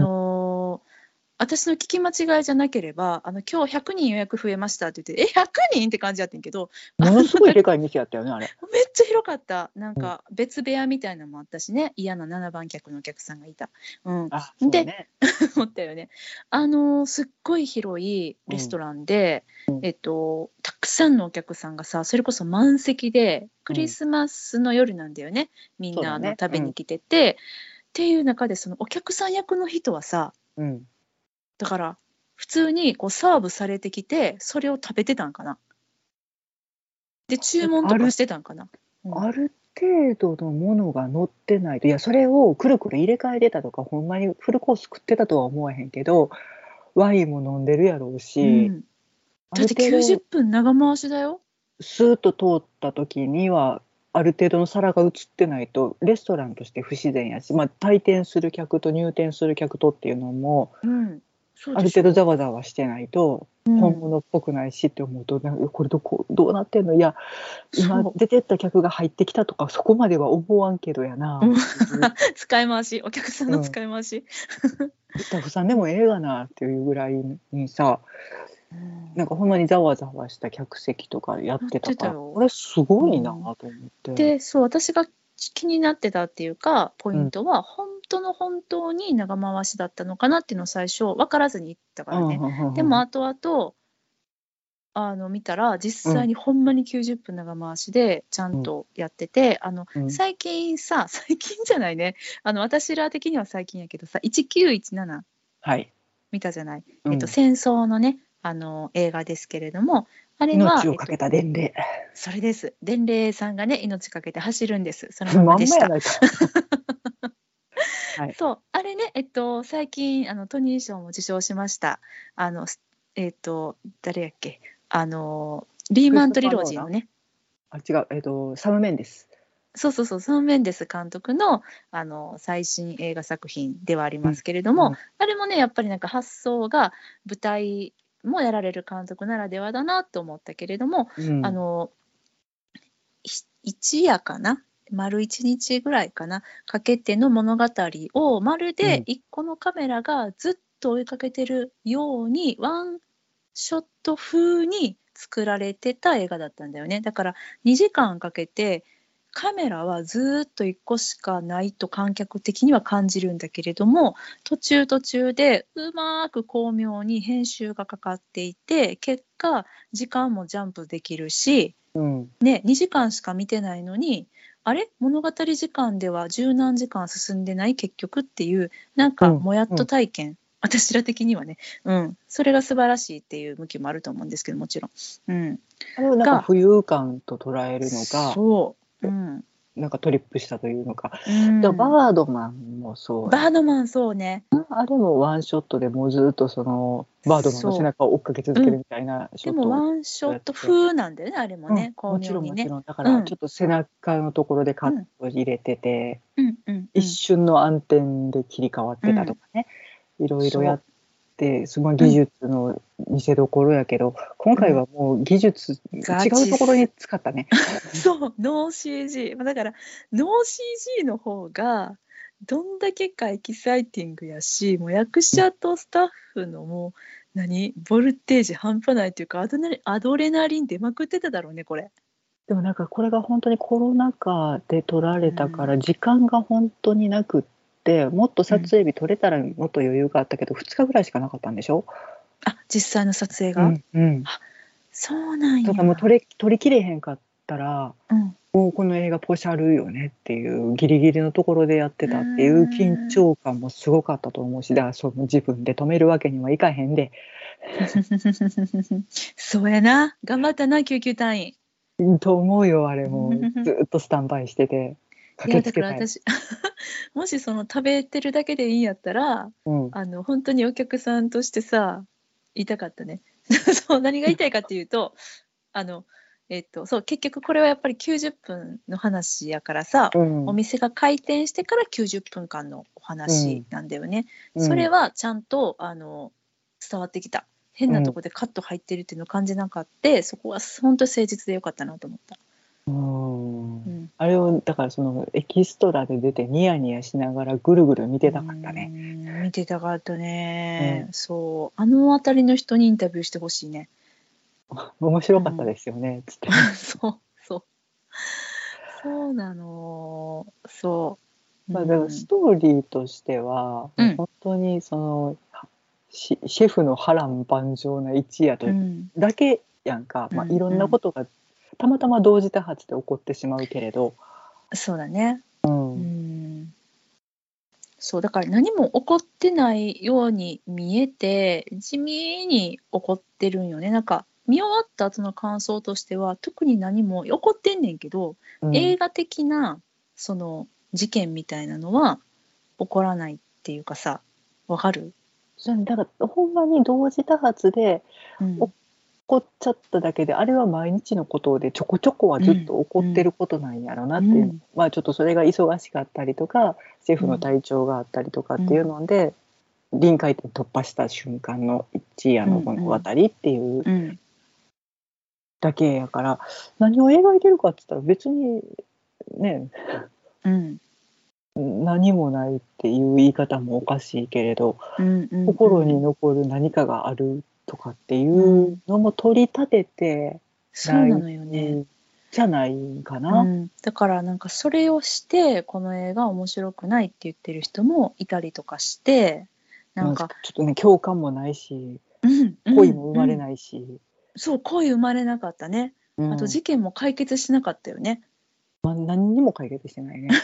私の聞き間違いじゃなければ、今日100人予約増えましたって言って、100人って感じやってんけど、 ものすごいでかい店やったよね、あれ。 めっちゃ広かった。なんか別部屋みたいなのもあったしね、嫌な7番客のお客さんがいた。で、思ったよね。すっごい広いレストランで、たくさんのお客さんがさ、それこそ満席で、クリスマスの夜なんだよね、みんな食べに来てて、っていう中でそのお客さん役の人はさ、だから普通にこうサーブされてきて、それを食べてたんかな。で注文とかしてたんかな。 ある程度のものが乗ってないと、いやそれをくるくる入れ替えてたとかほんまにフルコース食ってたとは思えへんけど、ワインも飲んでるやろうし、 だって90分長回しだよ。 スーッと通った時にはある程度の皿が映ってないとレストランとして不自然やし、退店する客と入店する客とっていうのも、ある程度ざわざわしてないと本物っぽくないしって思うと、これどうなってんの、いや今出てった客が入ってきたとかそこまでは思わんけどやな、 使い回し、お客さんの使い回し、 スタッフさんでもええがなっていうぐらいにさ、なんかほんまにざわざわした客席とかやってたから、これすごいなと思って。 で、そう私が気になってたっていうかポイントは、本当に長回しだったのかなっていうのを最初分からずに言ったからね。でも後々見たら実際にほんまに90分長回しでちゃんとやってて、最近じゃないね、私ら的には最近やけどさ、1917見たじゃない、戦争のね映画ですけれども、あれは命をかけた伝令、 それです。伝令さんがね命かけて走るんです。そのままでした。そうあれね、最近トニー賞も受賞しました。誰やっけ、リーマントリロジーのね、 違う、サム・メンデス。 そうサム・メンデス監督の最新映画作品ではありますけれども、あれもねやっぱりなんか発想が舞台もやられる監督ならではだなと思ったけれども、一夜かな、丸1日ぐらいかなかけての物語をまるで一個のカメラがずっと追いかけてるように、ワンショット風に作られてた映画だったんだよね。だから2時間かけてカメラはずっと1個しかないと観客的には感じるんだけれども、途中でうまく巧妙に編集がかかっていて、結果時間もジャンプできるし、2時間しか見てないのに、あれ物語時間では十何時間進んでない結局っていう、なんかもやっと体験、 私ら的にはね、それが素晴らしいっていう向きもあると思うんですけど、もちろん、 あれをなんか浮遊感と捉えるのがそう、 なんかトリップしたというのか、バードマンもそうバードマンそうね、 あれもワンショットでもうずっとそのバードマンの背中を追っかけ続けるみたいなショットをでもワンショット風なんだよね、あれもね、巧もち妙にね。 ろんもちろんだからちょっと背中のところでカット入れてて、一瞬の暗転で切り替わってたとかね、いろいろやってその技術の見せどころやけど、今回はもう技術違うところに使ったね。 そうノー CG だからノー CG の方がどんだけかエキサイティングやし、もう役者とスタッフのもうボルテージ半端ないというか、アドレナリン出まくってただろうねこれ。 でもなんかこれが本当にコロナ禍で撮られたから時間が本当になくって、もっと撮影日撮れたらもっと余裕があったけど、2日ぐらいしかなかったんでしょ。 実際の撮影が、そうなんや。 とかもう撮りきれへんかったら、もうこの映画ポシャるよねっていうギリギリのところでやってたっていう緊張感もすごかったと思うし、だからその自分で止めるわけにはいかへんでそうやな、頑張ったな救急隊員と思うよ。あれもずっとスタンバイしてて駆けつけたい。 いやだから私もしその食べてるだけでいいんやったら、本当にお客さんとしてさ言いたかったねそう何が言いたいかっていうとそう結局これはやっぱり90分の話やからさ、お店が開店してから90分間のお話なんだよね、それはちゃんと伝わってきた。変なとこでカット入ってるっていうのを感じなかった、そこは本当誠実でよかったなと思った。 あれをだからそのエキストラで出てニヤニヤしながらぐるぐる見てたかったね。 見てたかったね、そうあの辺りの人にインタビューしてほしいね。 面白かったですよね、つってそうなの。そう、 だからストーリーとしては、本当にそのシェフの波乱万丈な一夜とだけやんか、いろんなことがたまたま同時多発で起こってしまうけれど、 そうだね、そうだから何も起こってないように見えて地味に起こってるんよね。なんか見終わった後の感想としては特に何も起こってんねんけど、映画的なその事件みたいなのは起こらないっていうかさ、わかる？ だからほんまに同時多発で起こっちゃっただけで、あれは毎日のことでちょこちょこはずっと起こってることなんやろうなっていう、ちょっとそれが忙しかったりとかシェフの体調があったりとかっていうので、臨界点突破した瞬間の一夜の物語っていうだけやから、何を描いてるかって言ったら別にね、何もないっていう言い方もおかしいけれど、心に残る何かがあるとかっていうのも取り立ててそうなのよね。 じゃないかな、 だからなんかそれをしてこの映画面白くないって言ってる人もいたりとかして、なんかちょっとね共感もないし、恋も生まれないし、 そう恋生まれなかったね、あと事件も解決しなかったよね。 何にも解決してないね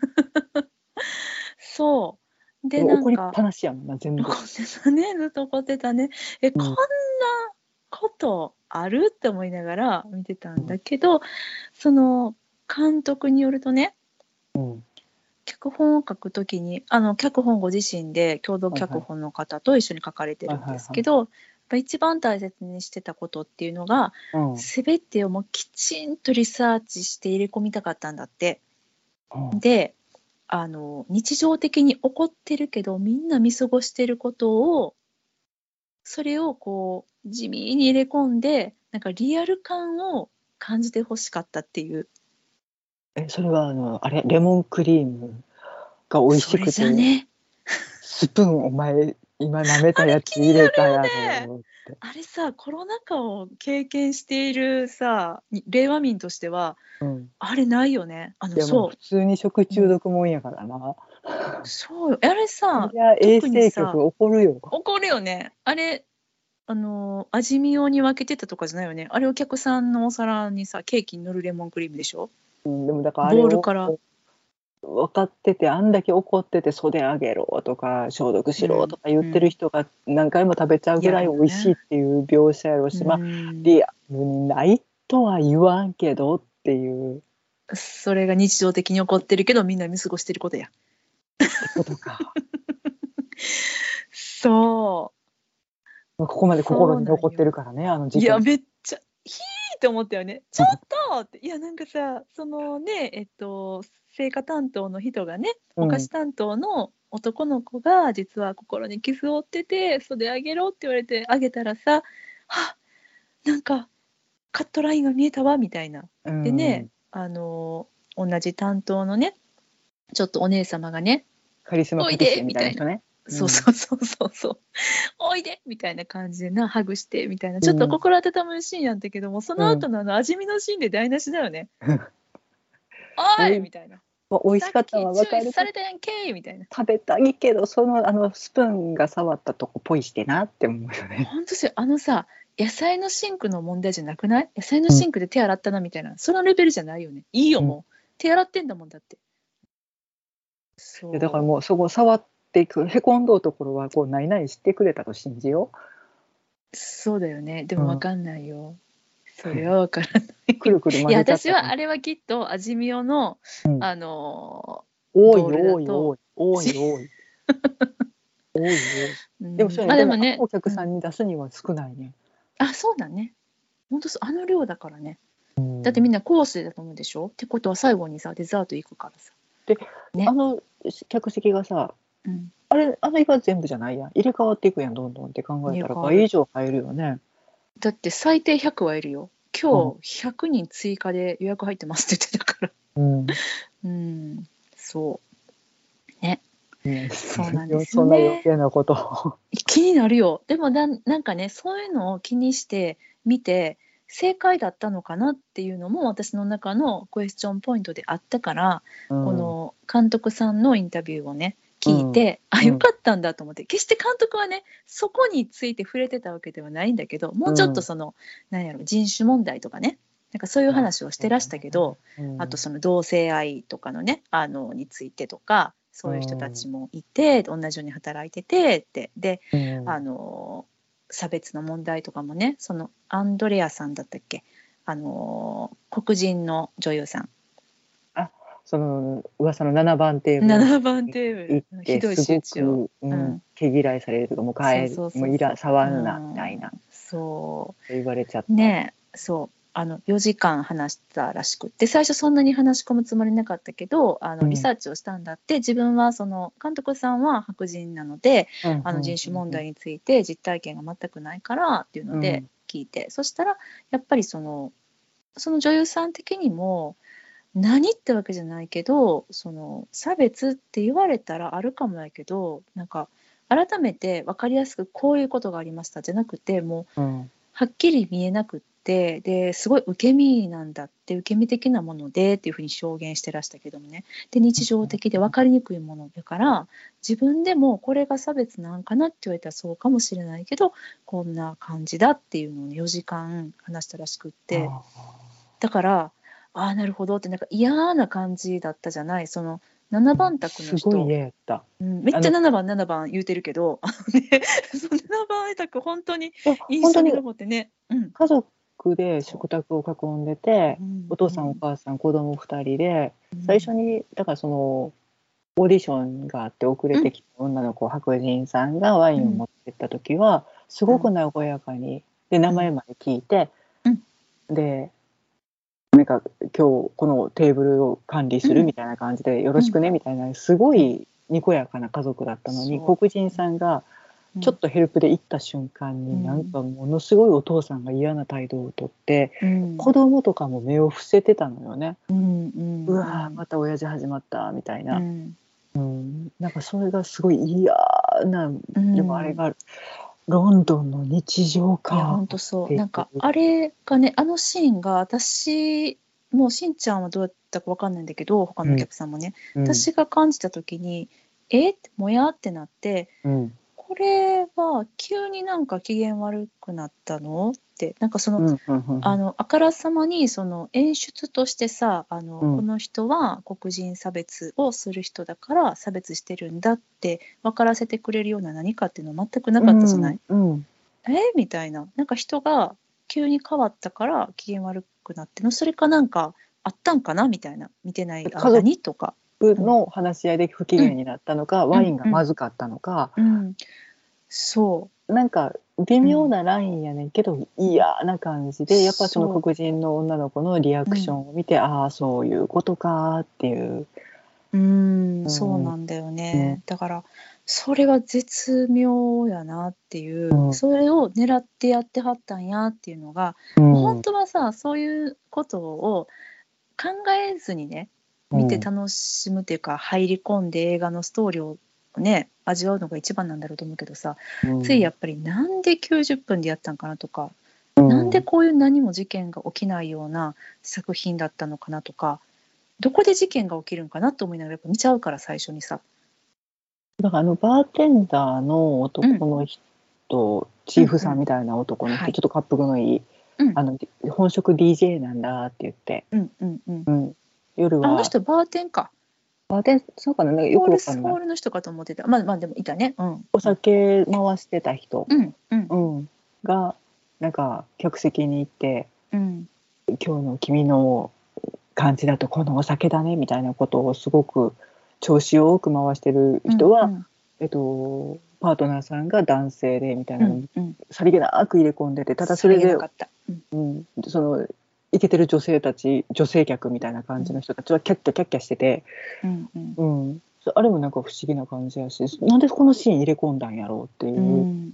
そうで怒りっぱなしやもんな、全部。 怒ってたね、ずっと怒ってたね。こんなことあるって思いながら見てたんだけど、その監督によるとね、脚本を書くときに脚本ご自身で共同脚本の方と一緒に書かれてるんですけど、やっぱ一番大切にしてたことっていうのが、全てをもうきちんとリサーチして入れ込みたかったんだって。で日常的に起こってるけどみんな見過ごしてることを、それをこう地味に入れ込んでなんかリアル感を感じてほしかったっていう。 それはあれレモンクリームが美味しくて、それじゃねスプーンお前今舐めたやつ入れたやろって。 あれさ、コロナ禍を経験しているさ令和民としては、あれないよね。そう普通に食中毒もんやからな、 そうよあれさ、 衛生局怒るよ。 怒るよねあれ。味見用に分けてたとかじゃないよね。あれお客さんのお皿にさケーキに乗るレモンクリームでしょ。 でもだからあれをボールから分かってて、あんだけ怒ってて袖上げろとか消毒しろとか言ってる人が何回も食べちゃうぐらい美味しいっていう描写やろうし、まあリアルにないとは言わんけどっていう。 それが日常的に起こってるけどみんな見過ごしてることや。 ってことか。 そう。 ここまで心に残ってるからね、あの事件。 いやめっちゃヒーって思ったよね。ちょっとっていやなんかさそのね青果担当の人がねお菓子担当の男の子が実は心に傷を負ってて袖あげろって言われてあげたらさなんかカットラインが見えたわみたいな。でね同じ担当のねちょっとお姉様がねカリスマパティシエみたいな人ね。 そうおいでみたいな感じでなハグしてみたいなちょっと心温まるシーンやったけども、その後の味見のシーンで台無しだよね。おいみたいな。 美味しかったわ分かる。 注意されたやんけみたいな。 食べたいけどそのスプーンが触ったとこポイしてなって思うよね。 本当ですよ。さ野菜のシンクの問題じゃなくない？野菜のシンクで手洗ったなみたいな、そのレベルじゃないよね。いいよもう、手洗ってんだもんだって。 そうだからもうそこ触っていくへこんどうところはこうないないしてくれたと信じよう。そうだよね。でも分かんないよ。それは分からない。 くるくる混ぜちゃった。 いや私はあれはきっと味見用の、 多い多い多い多い多い。でもそれでもねお客さんに出すには少ないね。 そうだね。本当あの量だからね。だってみんなコースだと思うでしょ。ってことは最後にさデザート行くからさ。 で、ね、客席がさ、あれが全部じゃないやん。入れ替わっていくやんどんどんって考えたら倍以上入るよね。 だって最低100はいるよ。今日100人追加で予約入ってますって言ってたから。そうね。そうなんですよね。 そんな余計なこと気になるよ。でもなんかねそういうのを気にして見て正解だったのかなっていうのも私の中のクエスチョンポイントであったから、この監督さんのインタビューをね聞いて、よかったんだと思って。決して監督はねそこについて触れてたわけではないんだけど、もうちょっとなんやろ人種問題とかねなんかそういう話をしてらしたけど、あとその同性愛とかのねについてとか。そういう人たちもいて、同じように働いててってで、差別の問題とかもねそのアンドレアさんだったっけ黒人の女優さん。 その噂の7番テーブル 7番テーブルひどい仕打ちを、 毛嫌いされるとかもう触るなみたいなそう言われちゃったね。そう4時間話したらしくって最初そんなに話し込むつもりなかったけどリサーチをしたんだって。自分はその監督さんは白人なので、人種問題について実体験が全くないからっていうので聞いて、そしたらやっぱりその女優さん的にも何ってわけじゃないけどその差別って言われたらあるかもやけどなんか改めて分かりやすくこういうことがありましたじゃなくてもう、はっきり見えなくってですごい受け身なんだって受け身的なものでっていうふうに証言してらしたけどもね。で日常的で分かりにくいものだから自分でもこれが差別なんかなって言われたらそうかもしれないけどこんな感じだっていうのを、4時間話したらしくってだからなるほどってなんか嫌な感じだったじゃない。その7番宅の人すごい嫌やった、 めっちゃ7番言うてるけどその7番宅本当に印象に残ってね、 家族で食卓を囲んでて、お父さんお母さん子供2人で、最初にだからそのオーディションがあって遅れてきた女の子、白人さんがワインを持ってった時はすごく和やかにで名前まで聞いて、でなんか今日このテーブルを管理するみたいな感じでよろしくねみたいなすごいにこやかな家族だったのに、黒人さんがちょっとヘルプで行った瞬間になんかものすごいお父さんが嫌な態度をとって、子供とかも目を伏せてたのよね。うわまた親父始まったみたいな、なんかそれがすごい嫌な、でもあれがロンドンの日常か。 いや本当そうなんかあれがねシーンが私もうしんちゃんはどうやったか分かんないんだけど他のお客さんもね、私が感じた時にってもやってなって、これは急になんか機嫌悪くなったのってなんかその、 うんうんうんあからさまにその演出としてさうんこの人は黒人差別をする人だから差別してるんだって分からせてくれるような何かっていうのは全くなかったじゃない、 うんみたいななんか人が急に変わったから機嫌悪くなってのそれかなんかあったんかなみたいな見てない間家族にとか。うんの話し合いで不機うん嫌になったのか、ワインがうんうんまずかったのか、 うんそなんか微う、 妙なラインやねんけど嫌な感じで、やっぱそのそ黒人の女の子のリアう、 クションを見て、ああそういうことかっていう。 そううんなんだようんね。だから、それは絶妙やなっていう、 うんそれを狙ってやってはったんやっていうのが、もう本当はさ、そういうことを考えずにね、見て楽しむっていうか、入り込んで映画のストーリーをね、味わうのが一番なんだろうと思うけどさ、ついやっぱりなんで90分でやったんかなとか、なんでこういう何も事件が起きないような作品だったのかなとか、どこで事件が起きるんかなと思いながらやっぱ見ちゃうから最初にさ。 だからバーテンダーの男の人、チーフさんみたいな男の人、ちょっと滑覆のいい、本職 DJ なんだって言って、夜あのは人バーテンか。 バーテンそうかな、なんかよホールスくわかんない。 ホールの人かと思ってた。まあまあでもいたね。 お酒回してた人、 うんうんがなんか客席に行って、 うん今日の君の感じだとこのお酒だねみたいなことをすごく調子よく回してる人は、パートナーさんが男性でみたいなのにさりげなく入れ込んでて、ただそれで、そのイケてる女性たち、女性客みたいな感じの人たちはキャッキャキャッキャしてて、あれもなんか不思議な感じやし、なんでこのシーン入れ込んだんやろうっていう、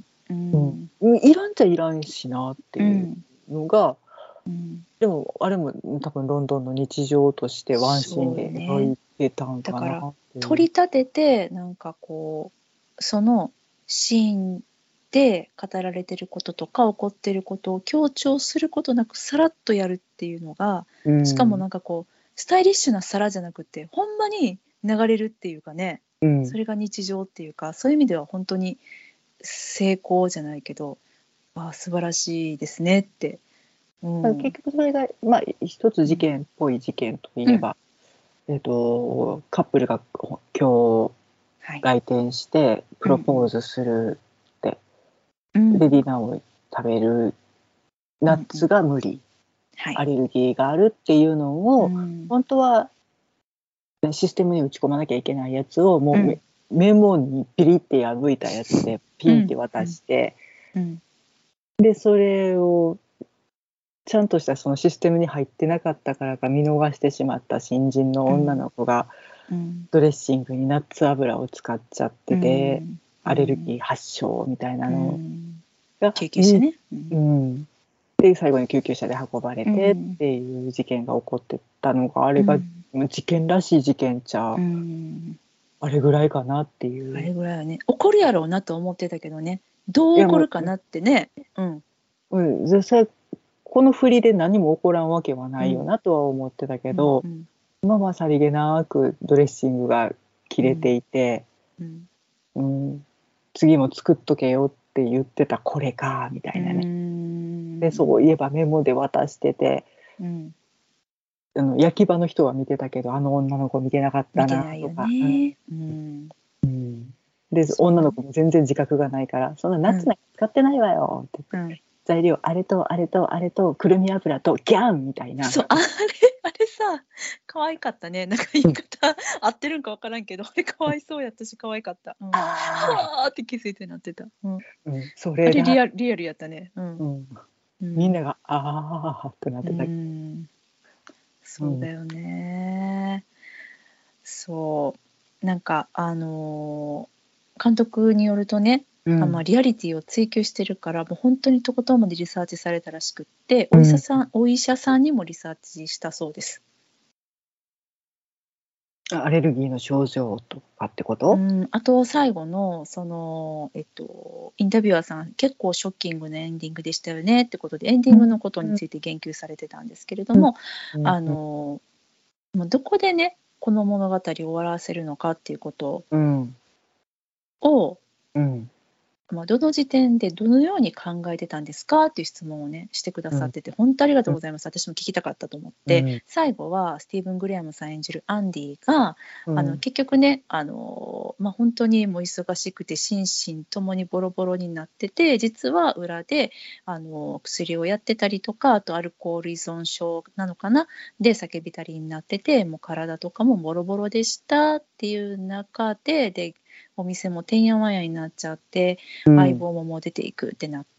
いらんちゃいらんしなっていうのが、でもあれも多分ロンドンの日常としてワンシーンで描いてたんかなっていう。 だから取り立ててなんかこうそのシーンで語られてることとか起こってることを強調することなくさらっとやるっていうのが、しかもなんかこうスタイリッシュな皿じゃなくてほんまに流れるっていうかね、それが日常っていうか、そういう意味では本当に成功じゃないけど、素晴らしいですねって。 結局それが、一つ事件っぽい事件といえば、カップルが今日来店してプロポーズするって、でディナーを食べる、ナッツが無理、アレルギーがあるっていうのを、本当はシステムに打ち込まなきゃいけないやつをもう、メモにピリって破いたやつでピンって渡して、でそれをちゃんとしたそのシステムに入ってなかったからか見逃してしまった新人の女の子がドレッシングにナッツ油を使っちゃってて、アレルギー発症みたいなのが、 救急車ね、 で最後に救急車で運ばれてっていう事件が起こってたのが、あれが事件らしい事件ちゃう、あれぐらいかなっていう。 あれぐらいはね、起こるやろうなと思ってたけどね、どう起こるかなってね。 実際この振りで何も起こらんわけはないよなとは思ってたけど、まあさりげなくドレッシングが切れていて、次も作っとけよって言ってたこれかみたいなね。でそういえばメモで渡してて、焼き場の人は見てたけどあの女の子見てなかったなとか。で女の子も全然自覚がないから「そんなナッツなんか使ってないわよ」って言って。材料あれとあれとあれとくるみ油とギャンみたいな。 そう、あれさ可愛かったね。なんか言い方合ってるんか分からんけど、あれかわいそうやったし可愛かった。はーって気づいてなってた。 それがあれリアルやったね。 みんながあーってなってた。 そうだよね。そうなんか監督によるとね、リアリティを追求してるからもう本当にとことんまでリサーチされたらしくって、お医者さんにもリサーチしたそうです。 アレルギーの症状とかってこと？ あと最後のその、インタビュアーさん結構ショッキングなエンディングでしたよねってことでエンディングのことについて言及されてたんですけれども、もうどこでねこの物語を終わらせるのかっていうことを、 どの時点でどのように考えてたんですかっていう質問をねしてくださってて、本当ありがとうございます。私も聞きたかったと思って、最後はスティーブン・グレアムさん演じるアンディが、結局ね本当にもう忙しくて心身ともにボロボロになってて、実は裏で薬をやってたりとか、あとアルコール依存症なのかなで叫びたりになってて、もう体とかもボロボロでしたっていう中でお店もてんやわんやになっちゃって、相棒ももう出ていくってなって、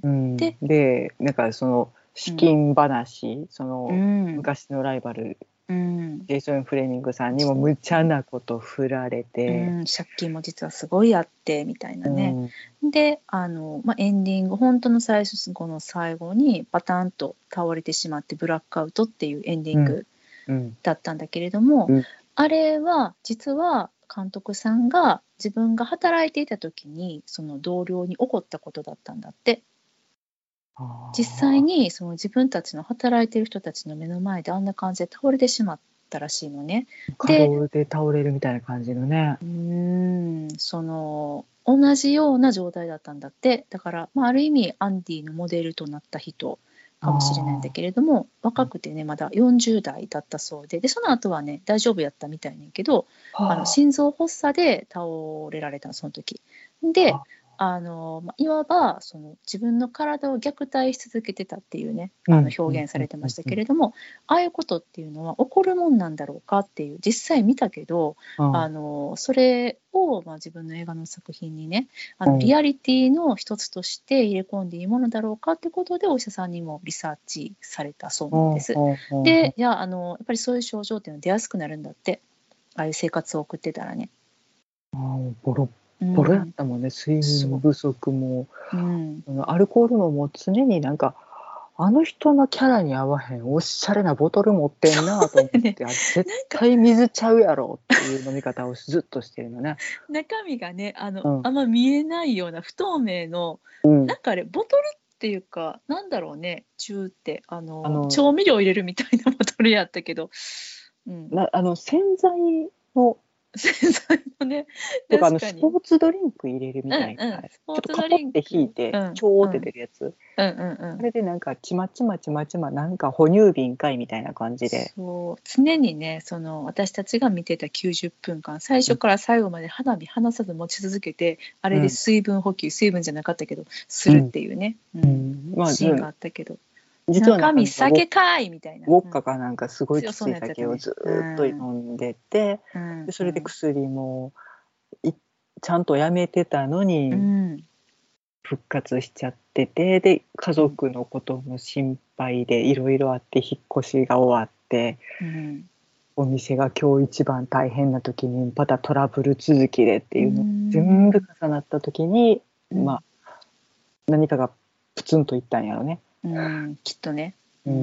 でなんかその資金話、その昔のライバル、ジェイソン・フレミングさんにも無茶なこと振られて、 借金も実はすごいあってみたいなね、でエンディング本当の最後にパタンと倒れてしまってブラックアウトっていうエンディングだったんだけれども、あれは実は監督さんが自分が働いていた時にその同僚に起こったことだったんだって。実際にその自分たちの働いてる人たちの目の前であんな感じで倒れてしまったらしいのね。 過労で倒れるみたいな感じのね。 その同じような状態だったんだって。だから、ある意味アンディのモデルとなった人かもしれないんだけれども、若くてねまだ40代だったそうで、その後はね大丈夫やったみたいねんけど、心臓発作で倒れられたその時で、いわばその自分の体を虐待し続けてたっていうね表現されてましたけれども、ああいうことっていうのは起こるもんなんだろうかっていう、実際見たけど、それを自分の映画の作品にねリアリティの一つとして入れ込んでいいものだろうかってことでお医者さんにもリサーチされたそうなんです。でやっぱりそういう症状っていうのは出やすくなるんだって、ああいう生活を送ってたらね。 ボロやったもんね、水分不足も、アルコールももう常になんかあの人のキャラに合わへんおしゃれなボトル持ってんなと思って、絶対水ちゃうやろっていう飲み方をずっとしてるのね。 中身がねあんま見えないような不透明の、なんかあれボトルっていうかなんだろうね、中って調味料入れるみたいなボトルやったけど、 洗剤の洗剤のね、 とかスポーツドリンク入れるみたいな、ちょっとカポって引いてちょーって出るやつ、あれでなんかちまちまなんか哺乳瓶かいみたいな感じで、 そう常にねその私たちが見てた90分間最初から最後まで花火離さず持ち続けて、あれで水分補給、水分じゃなかったけどするっていうね、シーンがあったけど、実は中身酒かいみたいな、 ウォッカかなんかすごいきつい酒をずっと飲んでて、でそれで薬もちゃんとやめてたのに復活しちゃってて、で家族のことも心配でいろいろあって引っ越しが終わって、お店が今日一番大変な時にまたトラブル続きでっていうの全部重なった時に、何かがプツンといったんやろね。きっとね。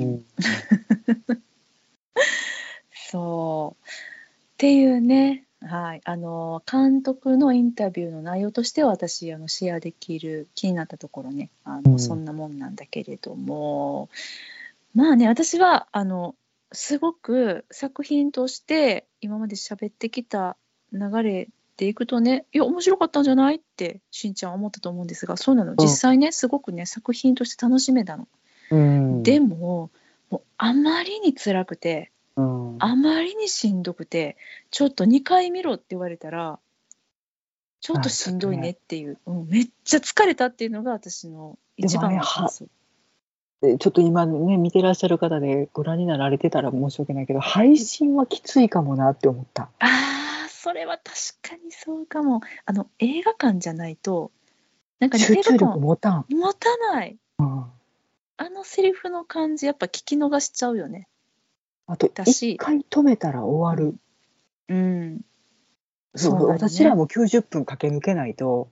そうっていうね、監督のインタビューの内容としては私シェアできる気になったところねそんなもんなんだけれども、私はすごく作品として今まで喋ってきた流れでいくとね、いや面白かったんじゃないってしんちゃんは思ったと思うんですが、そうなの、実際ねすごくね作品として楽しめたの。でもうあまりに辛くて、あまりにしんどくて、ちょっと2回見ろって言われたらちょっとしんどいねっていう、めっちゃ疲れたっていうのが私の一番の感想。 ちょっと今ね見てらっしゃる方でご覧になられてたら申し訳ないけど、配信はきついかもなって思った。 それは確かにそうかも。映画館じゃないとなんか、 集中力持たない、セリフの感じやっぱ聞き逃しちゃうよね。 あと1回止めたら終わる。そう、私らも90分駆け抜けないと、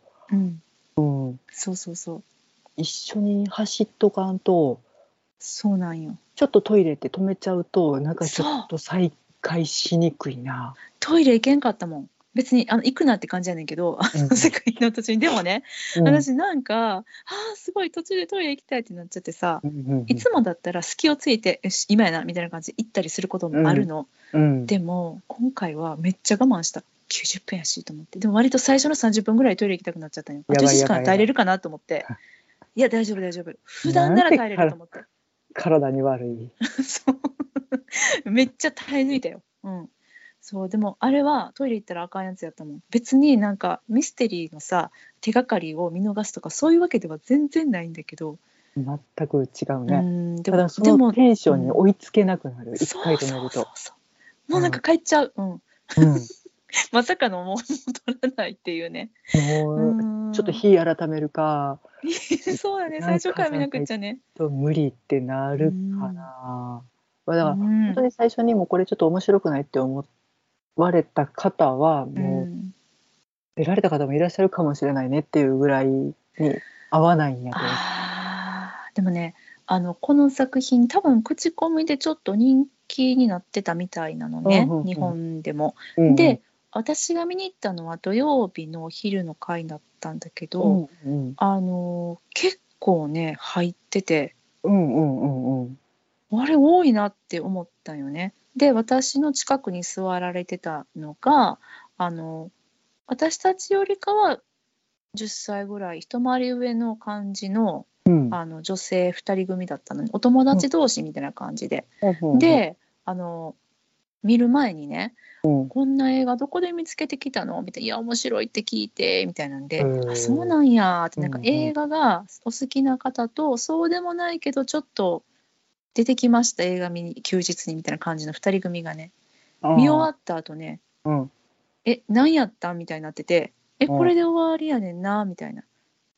そう一緒に走っとかんと、 そうなんよ。 ちょっとトイレって止めちゃうとなんかちょっと再開しにくいな。 トイレ行けんかったもん。別に行くなって感じやねんけど、作品の途中にでもね、私なんかすごい途中でトイレ行きたいってなっちゃってさ、いつもだったら隙をついてよし今やなみたいな感じで行ったりすることもあるの、でも今回はめっちゃ我慢した。 90分やしと思って、でも割と最初の30分ぐらいトイレ行きたくなっちゃったんよ。あやと1時間ばいやばいやばい耐えれるかなと思って、いや大丈夫大丈夫、普段なら耐えれると思って。 体に悪い。 そうめっちゃ耐え抜いたよ。うん。そうでもあれはトイレ行ったらあかんやつやったもん。別になんかミステリーのさ手がかりを見逃すとかそういうわけでは全然ないんだけど、 全く違ううね。 んでただそのもでも、 テンションにうん、 追いつけなくなる、一回そう止めると。 もうなんか帰っちゃう、うん、 うんまさかのもう戻らないっていうね。うもうちょっとん日改めるか、 そうだね、 なん最初から見かじゃないなくちゃね。 と無理ってなうるかんな。だかうら本当んに最初にもうこれちょっと面白くないって思われた方はうもうん。 出られた方もいらっしゃるかもしれないねっていうぐらいに合わないんやで。 でもね、この作品多分口コミでちょっと人気になってたみたいなのね、日本でも。で、私が見に行ったのは土曜日のお昼の回だったんだけど、結構ね入ってて、あれ多いなって思ったよね。で、私の近くに座られてたのが私たちよりかは10歳ぐらい一回り上の感じの、女性2人組だったのに、お友達同士みたいな感じで、で見る前にね、こんな映画どこで見つけてきたのみたいな、いや面白いって聞いてみたいなんで、あそうなんやって、なんか映画がお好きな方と、そうでもないけどちょっと出てきました映画見に休日にみたいな感じの2人組がね、見終わった後ね、何やったんみたいになってて、これで終わりやねんなみたいな。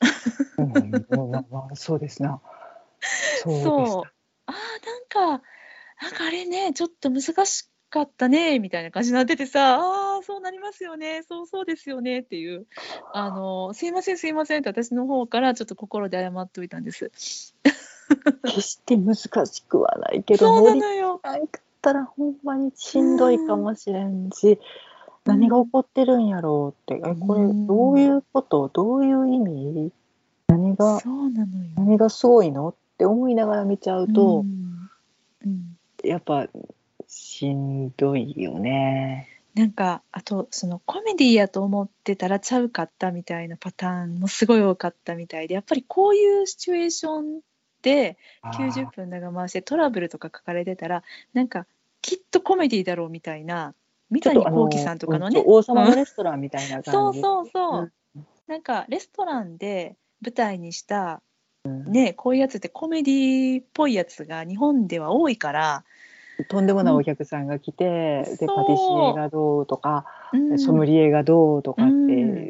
まあそうですな。そうでしそうた。 なんかあれねちょっと難しかったねみたいな感じになっててさ、そうなりますよね、そうですよねっていう、すいませんすいませんって私の方からちょっと心で謝っておいたんです。 決して難しくはないけど、 そう乗りなのよ。 たいかったらほんまにしんどいかもしれんし、何が起こってるんやろうって、これどういうこと、どういう意味、 そうなのよ。 何がすごいのって思いながら見ちゃうと、やっぱしんどいよね。 なんかあとそのコメディやと思ってたらちゃうかったみたいなパターンもすごい多かったみたいで、やっぱりこういうシチュエーションで90分長回してトラブルとか書かれてたら、なんかきっとコメディだろうみたいな、三谷幸喜さんとかのね、 王様のレストランみたいなそう感じ。 なんかレストランで舞台にしたね、こういうやつってコメディっぽいやつが日本では多いから、 とんでもないお客さんが来て、でパティシエがどうとか、ソムリエがどうとかって、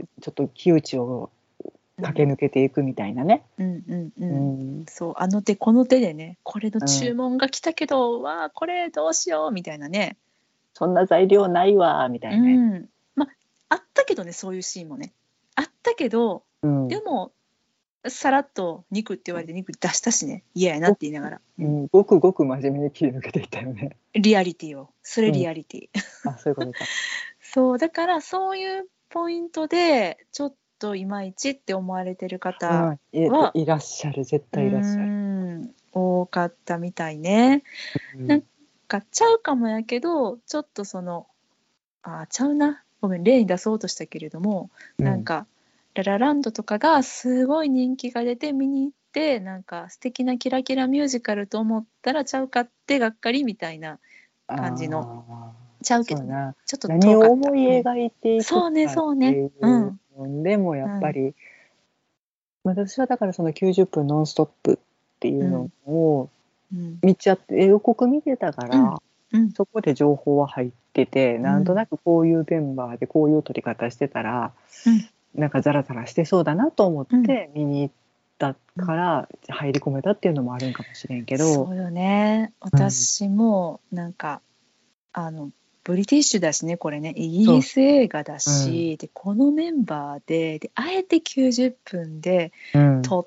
ちょっと窮地を駆け抜けていくみたいなね。 そうあの手この手でね、これの注文が来たけど、わあこれどうしようみたいなね、 そんな材料ないわみたいな。 あったけどね、そういうシーンもねあったけど、でもさらっと肉って言われて肉出したしね、嫌やなって言いながら、 ごくごく真面目に切り抜けていったよね。 リアリティを、それリアリティ、 そういうことか。 そうだからそういうポイントでちょっといまいちって思われてる方は、 いらっしゃる、絶対いらっしゃる。 多かったみたいね。なんかちゃうかもやけど、ちょっとそのちゃうな、ごめん例に出そうとしたけれども、なんかララランドとかがすごい人気が出て見に行って、なんか素敵なキラキラミュージカルと思ったらちゃうかってがっかりみたいな感じの、ちゃうけどね、ちょっと何を遠かった。 思い描いていくかっていうのでもやっぱり、私はだからその90分ノンストップっていうのを見ちゃって、予告見てたから、そこで情報は入ってて、なんとなくこういうメンバーでこういう撮り方してたら、なんかザラザラしてそうだなと思って見に行ったから入り込めたっていうのもあるんかもしれんけど、 そうよね。私もなんかブリティッシュだしね、これね、イギリス映画だし、でこのメンバーであえて90分で撮って、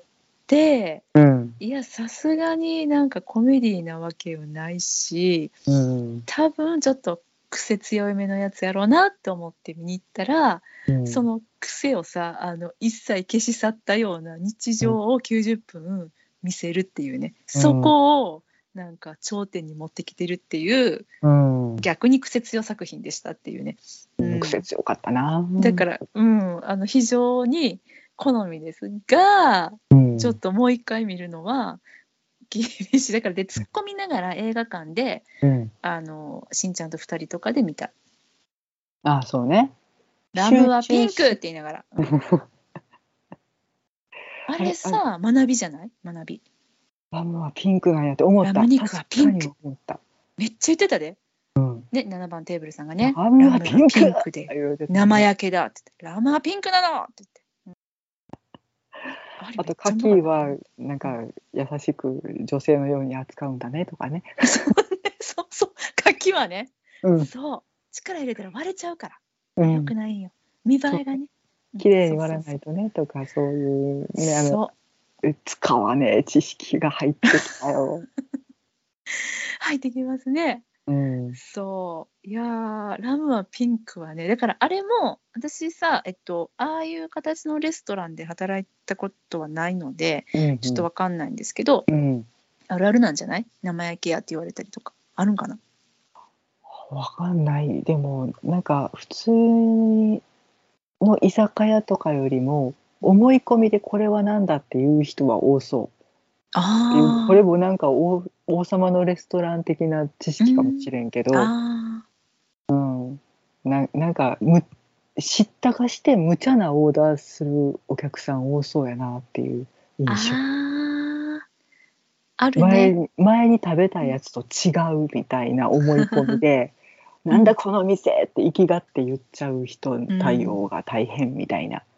いやさすがになんかコメディなわけはないし、多分ちょっと癖強めのやつやろうなって思って見に行ったら、その癖をさ一切消し去ったような日常を90分見せるっていうね、そこをなんか頂点に持ってきてるっていう、 うん、 逆に癖強作品でしたっていうね、 癖強かったな。 だから、非常に好みですが、ちょっともう一回見るのは厳しい。だからで突っ込みながら映画館で、しんちゃんと2人とかで見た。 あ、そうね。 ラムはピンクって言いながら。あれさ、学びじゃない？学び。 ラムはピンクなんやって思った。 ラム肉はピンク。 思った。 めっちゃ言ってたで。ね、7番テーブルさんがね、 ラムはピンクで生焼けだって言って、ラムはピンクなのって言って。 あとカキはなんか優しく女性のように扱うんだねとかね。 そうそう、カキはね、そう力入れたら割れちゃうから、よくないよ。見栄えがね、 綺麗に割らないとねとか、そういうね、使わねえ知識が入ってきたよ。 入ってきますね。そういやラムはピンクはね、だからあれも私さ、ああいう形のレストランで働いたことはないので、ちょっと分かんないんですけど、あるあるなんじゃない？生焼け屋って言われたりとかあるんかな？ 分かんない。でもなんか普通の居酒屋とかよりも思い込みでこれは何だっていう人は多そう。これもなんか王様のレストラン的な知識かもしれんけど、なんか知ったかして無茶なオーダーするお客さん多そうやなっていう印象。 あるね。 前に食べたやつと違うみたいな思い込みでなんだこの店って生きがって言っちゃう人対応が大変みたいな。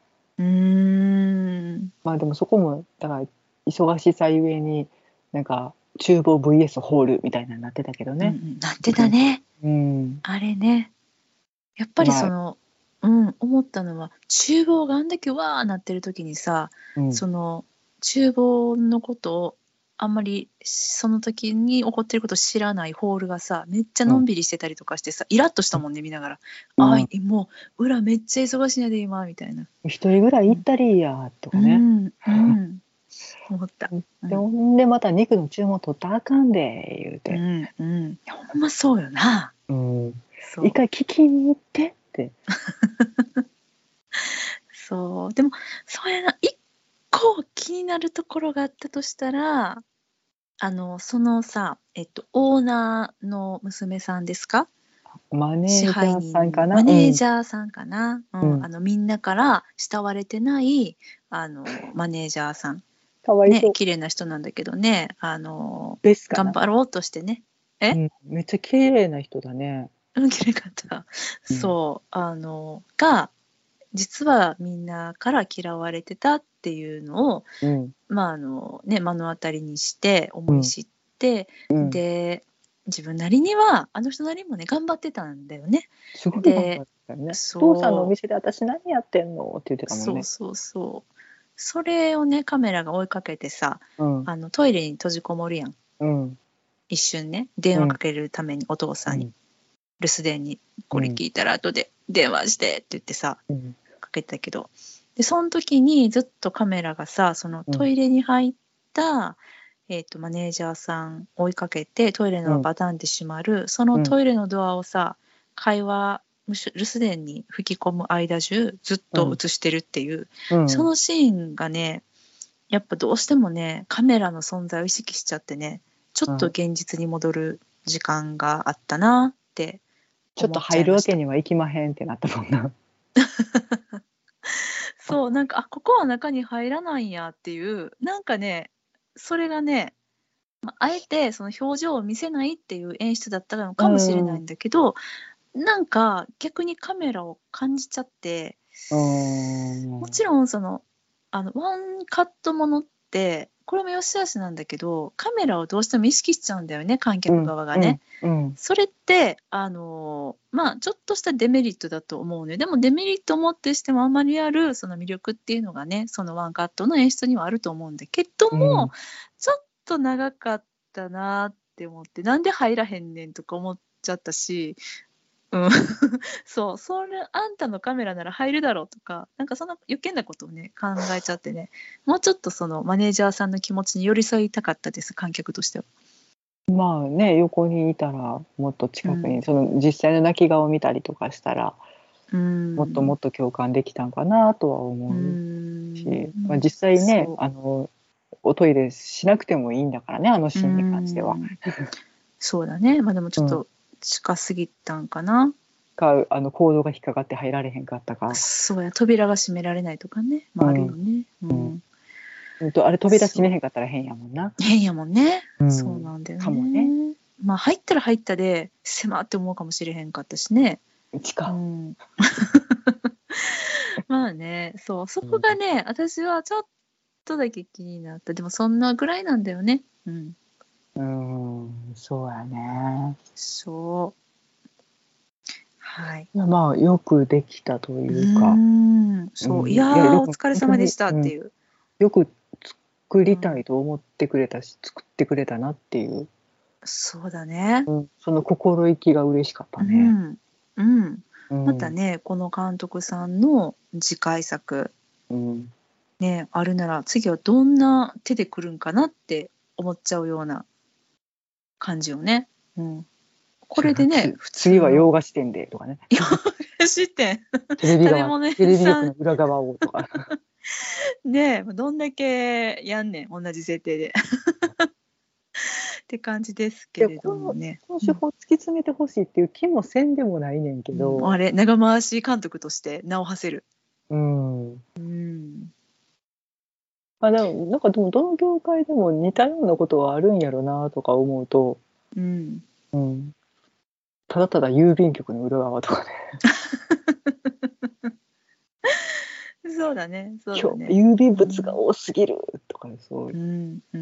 まあでもそこもだから忙しさゆえになんか厨房 vs ホールみたいなになってたけどね。 なってたね。あれね。やっぱり思ったのは厨房があんだけわーなってる時にさ、その厨房のことをあんまりその時に起こってることを知らないホールがさ、めっちゃのんびりしてたりとかしてさ、イラッとしたもんね見ながら、もう裏めっちゃ忙しいねで今みたいな。 一人ぐらい行ったりいいやとかね。 思った。 でまた肉の注文取ったらあかんで言うて。 ほんまそうよな。 一回聞きに行ってって。 そうでもそうやな、一個気になるところがあったとしたら、そのさ、オーナーの娘さんですか？ マネージャーさんかな。 マネージャーさんかな。みんなから慕われてないマネージャーさん。 かわいそう。 綺麗な人なんだけどね、頑張ろうとしてね。 めっちゃ綺麗な人だね。 綺麗かった。そうが実はみんなから嫌われてたっていうのを、目の当たりにして思い知って、で自分なりにはあの人なりにもね頑張ってたんだよね。 すごい頑張ったよね。父さんのお店で私何やってんのって言ってたもんね。 そうそれをねカメラが追いかけてさ、トイレに閉じこもるやん、一瞬ね電話かけるためにお父さんに、留守電にこれ聞いたら後で電話してって言ってさ、かけてたけど、でその時にずっとカメラがさそのトイレに入った、マネージャーさん追いかけてトイレのバタンって閉まる、そのトイレのドアをさ会話留守電に吹き込む間中ずっと映してるっていう、そのシーンがねやっぱどうしてもねカメラの存在を意識しちゃってね、ちょっと現実に戻る時間があったなってちょっと入るわけにはいきまへんってなったもんな。 そうなんかここは中に入らないんやっていうなんかね、それがね、あえてその表情を見せないっていう演出だったのかもしれないんだけど、なんか逆にカメラを感じちゃって、もちろんそのワンカットものってこれも良し悪しなんだけどカメラをどうしても意識しちゃうんだよね観客側がね。それってちょっとしたデメリットだと思うね。でもデメリットをもってしてもあまりあるその魅力っていうのがねそのワンカットの演出にはあると思うんだけども、ちょっと長かったなって思って、なんで入らへんねんとか思っちゃったし。そうそれあんたのカメラなら入るだろうとか、なんかそんな余計なことをね考えちゃってね、もうちょっとそのマネージャーさんの気持ちに寄り添いたかったです観客としては。 まあね、横にいたらもっと近くに、 うんその実際の泣き顔を見たりとかしたら、 うもっともんっと共感できたんかなとはう思うし、まあ、 ん実際ね、 そおトイレしなくてもいいんだからね、あのうシーンに関しては。 そうだね。まあでもちうん、 ょっと近すぎたんかな。 か、コードが引っかかって入られへんかったか。 そうや、扉が閉められないとかね。まああるようん、 ね。 うん。あれ扉閉めへんかったら変やもんな。 変やもんね。 うそうん、 なんだよかもね。 ね。まあ入ったら入ったで狭って思うかもしれへんかったしね。う地下。 ん。まあね、そう、そうん、 こがね、私はちょっとだけ気になった。でもそんなぐらいなんだよね。うん。 うん、そうやね。 そう。はい。 いや、まあよくできたとういうか、 ーん。そう。いうん、いや、 やー、おでも疲れ本当に、 様でしたっうん、 ていう。 よく作りたいうん。 と思ってくれたし、作ってくれたなっていう、 そうだね。 うん、その心意気が嬉しかったうね。 ん。うん。 うん、 またね、この監督さんの次回作、 うん、 ね、あるなら次はどんな手で来るんかなって思っちゃうような感じよね。うん。これでね、普次通のは洋菓子店でとかね、 洋菓子店、 テレビ側、 食べ物屋テレビさん局の裏側をとか。 ね、どんだけやんねん、同じ設定でって感じですいや、 けれどもね。 このうん、 手法突き詰めてほしいっていう気もせんでもないねんけうん、 ど、 あれ、長回し監督として名を馳せる。 うん。 うん、 まあ、でもどの業界でも似たようなことはあるんやろなとか思うと、 うん。 うん、ただただ郵便局の裏側とかね、 そうだね、そうだ今日ね。 郵便物がうん、 多すぎるとか、そう、 うん、うん。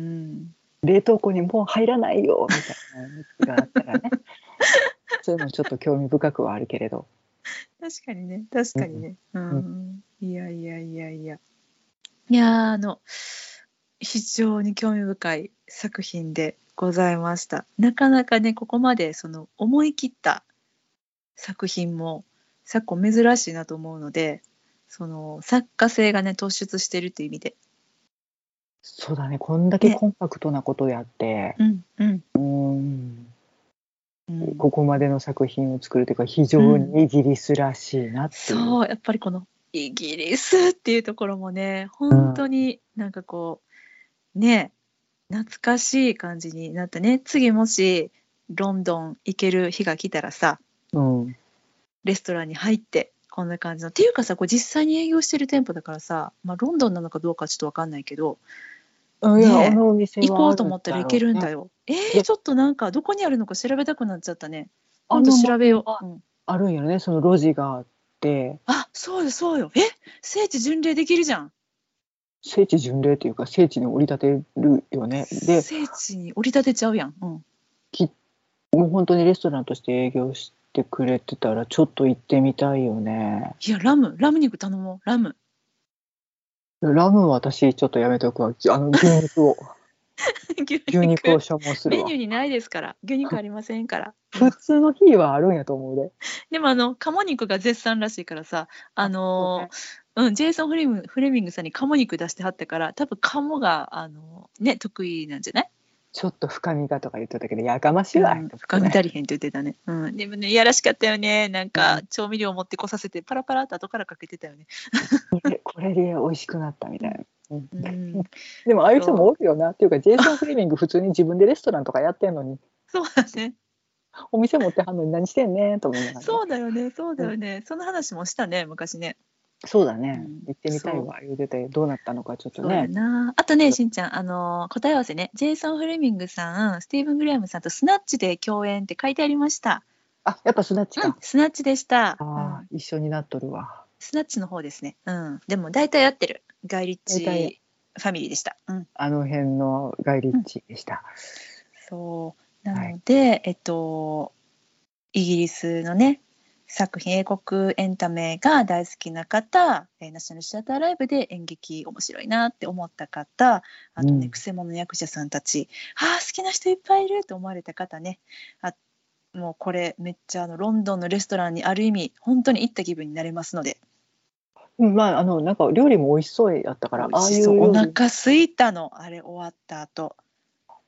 冷凍庫にもう入らないよみたいなやつがあったらね、そういうのちょっと興味深くはあるけれど。 確かにね、確うん、 かにね。ううん、 ん。いやいやいやいや。いやー、非常に興味深い作品でございました。なかなかね、ここまでその思い切った作品も昨今珍しいなと思うので、その作家性がね、突出してるという意味で。 そうだね、こんだけね。 コンパクトなことやって、 うん、うん、 うん、 うん。 ここまでの作品を作るというか、非うん。 常にイギリスらしいなっていう。 そう、やっぱりこのイギリスっていうところもね、本うん、 当になんかこう、ね、懐かしい感じになったね。次もしロンドン行ける日が来たらさ、 うん、 レストランに入ってこんな感じの。っていうかさ、これ実際に営業してる店舗だからさ、まあ、ロンドンなのかどうかちょっとわかんないけど、 いや、あねのお店え、行こうはあるんと思ったら行けだろうね。 るんだよ。 で、 ちょっとなんかどこにあるのか調べたくなっちゃったね。今度あの調べよう。 周りはうん、 あるんよね、その路地があって、 あ、そうよ、そうよ。聖地巡礼できるじゃん。 聖地巡礼というか、聖地に降り立てるよね。で、 聖地に降り立てちゃうやん。うん。 きもう本当にレストランとして営業してくれてたら、ちょっと行ってみたいよね。 いや、ラム肉頼もう、ラム。 ラムは私、ちょっとやめとくわ。牛肉を、 牛牛肉を肉。 所望するわ。 メニューにないですから。牛肉ありませんから。うん。 普通の日はあるんやと思うで。 でも鴨肉が絶賛らしいからさ、 あ、そうね。 ジェイソン・フレミングさんに鴨肉出してはったから、多分鴨が、ね、得意なんじゃない？ ちょっと深みがとか言ってたけど、やかましいわ、 うん、深みそれ。 足りへんって言ってたね。うん。でもね、いやらしかったよね。なんか、 うん、 調味料持ってこさせて、パラパラって後からかけてたよね。 これで美味しくなったみうん。 たいな。うん、 うん、 でもああいう人もそう。 多いよなっていうか、ジェイソン・フレミング普通に自分でレストランとかやってんのに、 そうだね。 お店持ってはんのに何してんねんと思いながらね。 そうだよね。そうだうん、 よね。その話もしたね、昔ね。 そうだね。 うん。 行ってみたいそう。 わ。言うてて、どうなったのかちょっとそうやね。 な。あとね、しんちゃん、答え合わせね。ジェイソン・フレミングさん、スティーブン・グレアムさんとスナッチで共演って書いてありました。 あ、やっぱスナッチうん、 か。 スナッチでした。 ああ、 うん。 一緒になっとるわ。 スナッチの方ですね。うん。でも大体合ってる。ガイ・リッ大体、 チファミリーでした。うん。 あの辺のガイリッうん。 チでした。 そう。なはい。 ので、イギリスのね、作品、英国エンタメが大好きな方、ナショナルシアターライブで演劇面白いなって思った方、あとね、 うん。 くせ者役者さんたち、好きな人いっぱいいると思われた方ね、もうこれめっちゃロンドンのレストランにある意味、本当に行った気分になれますので、 うん、まあ、なんか料理も美味しそうやったから、ああい美味しそう。おう料理、 腹すいたの、あれ終わった後。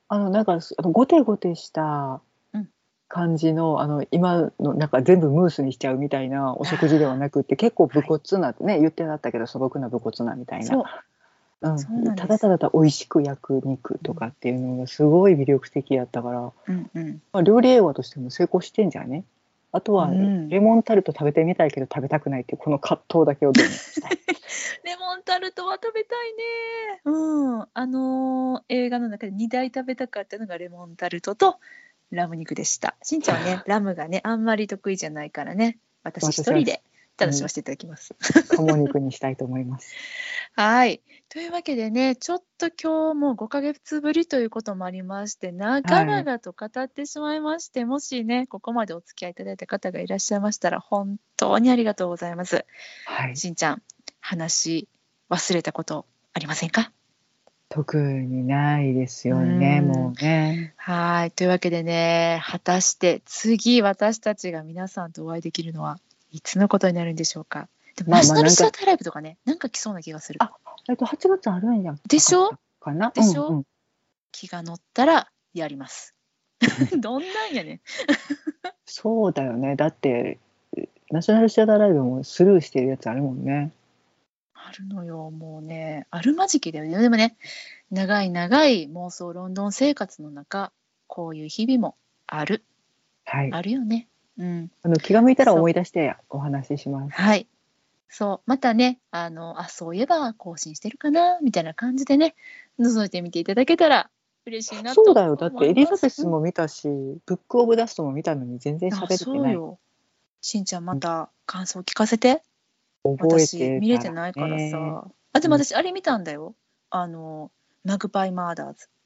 なんかゴテゴテしたうん感じの、今のなんか全部ムースにしちゃうみたいなお食事ではなくって結構武骨な、ね、言ってなったけど素朴な武骨なみたいな、 そうなんたですだただ美味しく焼く肉とかっていうのがすごい魅力的やったから、 うんうんまあ、料理映画としても成功してんじゃね。あとはうんレモンタルト食べてみたいけど食べたくないっていうこの葛藤だけをどうにかしたい。 レモンタルトは食べたいね。うん。映画の中で2大食べたかったのがレモンタルトとラム肉でした。しんちゃんはね、ラムがね、あんまり得意じゃないからね、私一人で楽しませていただきます。 鴨肉にしたいと思います。 はい。というわけでね、ちょっと今日も5ヶ月ぶりということもありまして、長々と語ってしまいまして、もしね、ここまでお付き合いいただいた方がいらっしゃいましたら、本当にありがとうございます。 はい。 しんちゃん、話し忘れたことありませんか？ 特にないですよね、もうね。 はい。というわけでね、果たして次私たちが皆さんとお会いできるのはいつのことになるんでしょうか。でもナショナルシアターライブとかね、なんか来そうな気がする。 8月あるんやでしょかな。 でしょ、気が乗ったらやります。どんなんやねん。 そうだよね。だってナショナルシアターライブもスルーしてるやつあるもんね。 あるのよ、もうね、あるまじきだよね。でもね、長い長い妄想ロンドン生活の中、こういう日々もある。 はい。 あるよね。 気が向いたら思い出してお話しします。 はい。そう、またね、そういえば更新してるかなみたいな感じでね、覗いてみていただけたら嬉しいなと思います。 そうだよ。だってエリザベスも見たし、ブックオブダストも見たのに全然喋れてない。 そうよ。しんちゃんまた感想聞かせて。 覚えてたらね。 私見れてないからさ。でも私あれ見たんだよ。マグパイマーダーズ。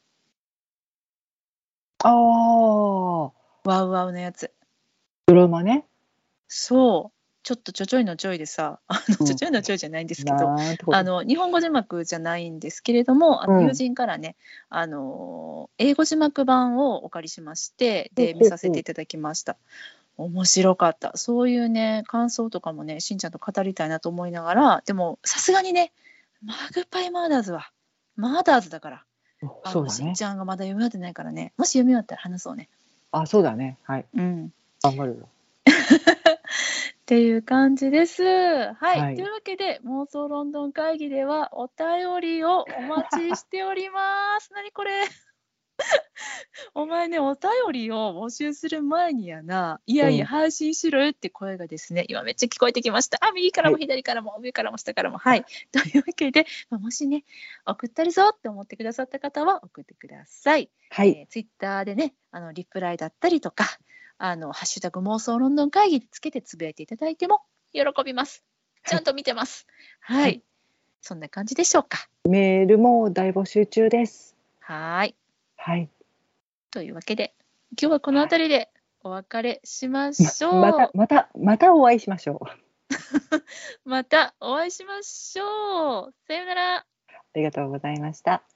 ああ。 ワウワウのやつ。 ドラマね。 そう。ちょっとちょちょいのちょいでさ、ちょちょいのちょいじゃないんですけど、日本語字幕じゃないんですけれども、友人からね、英語字幕版をお借りしまして、で、見させていただきました。面白かった。そういうね、感想とかもね、しんちゃんと語りたいなと思いながら、でも、さすがにね、マグパイマーダーズは、マーダーズだから、 そうだね、 しんちゃんがまだ読み終わってないからね、もし読み終わったら話そうね。 そうだね。はい。頑張るよ。 っていう感じです。はい。というわけで、妄想ロンドン会議ではお便りをお待ちしております。何これお前ね、お便りを募集する前にやな、いやいや、配信しろよって声がですね、今めっちゃ聞こえてきました。右からも左からも、上からも下からも。はい。というわけで、もしね、送ったりぞって思ってくださった方は送ってください。 はい。 ツイッターでね、リプライだったりとか、ハッシュタグ妄想ロンドン会議つけてつぶやいていただいても喜びます。ちゃんと見てます。はい。そんな感じでしょうか。 メールも大募集中です。 はい。 はい。 というわけで、今日はこの辺りでお別れしましょう。 またお会いしましょう。またお会いしましょう。さようなら。 ありがとうございました。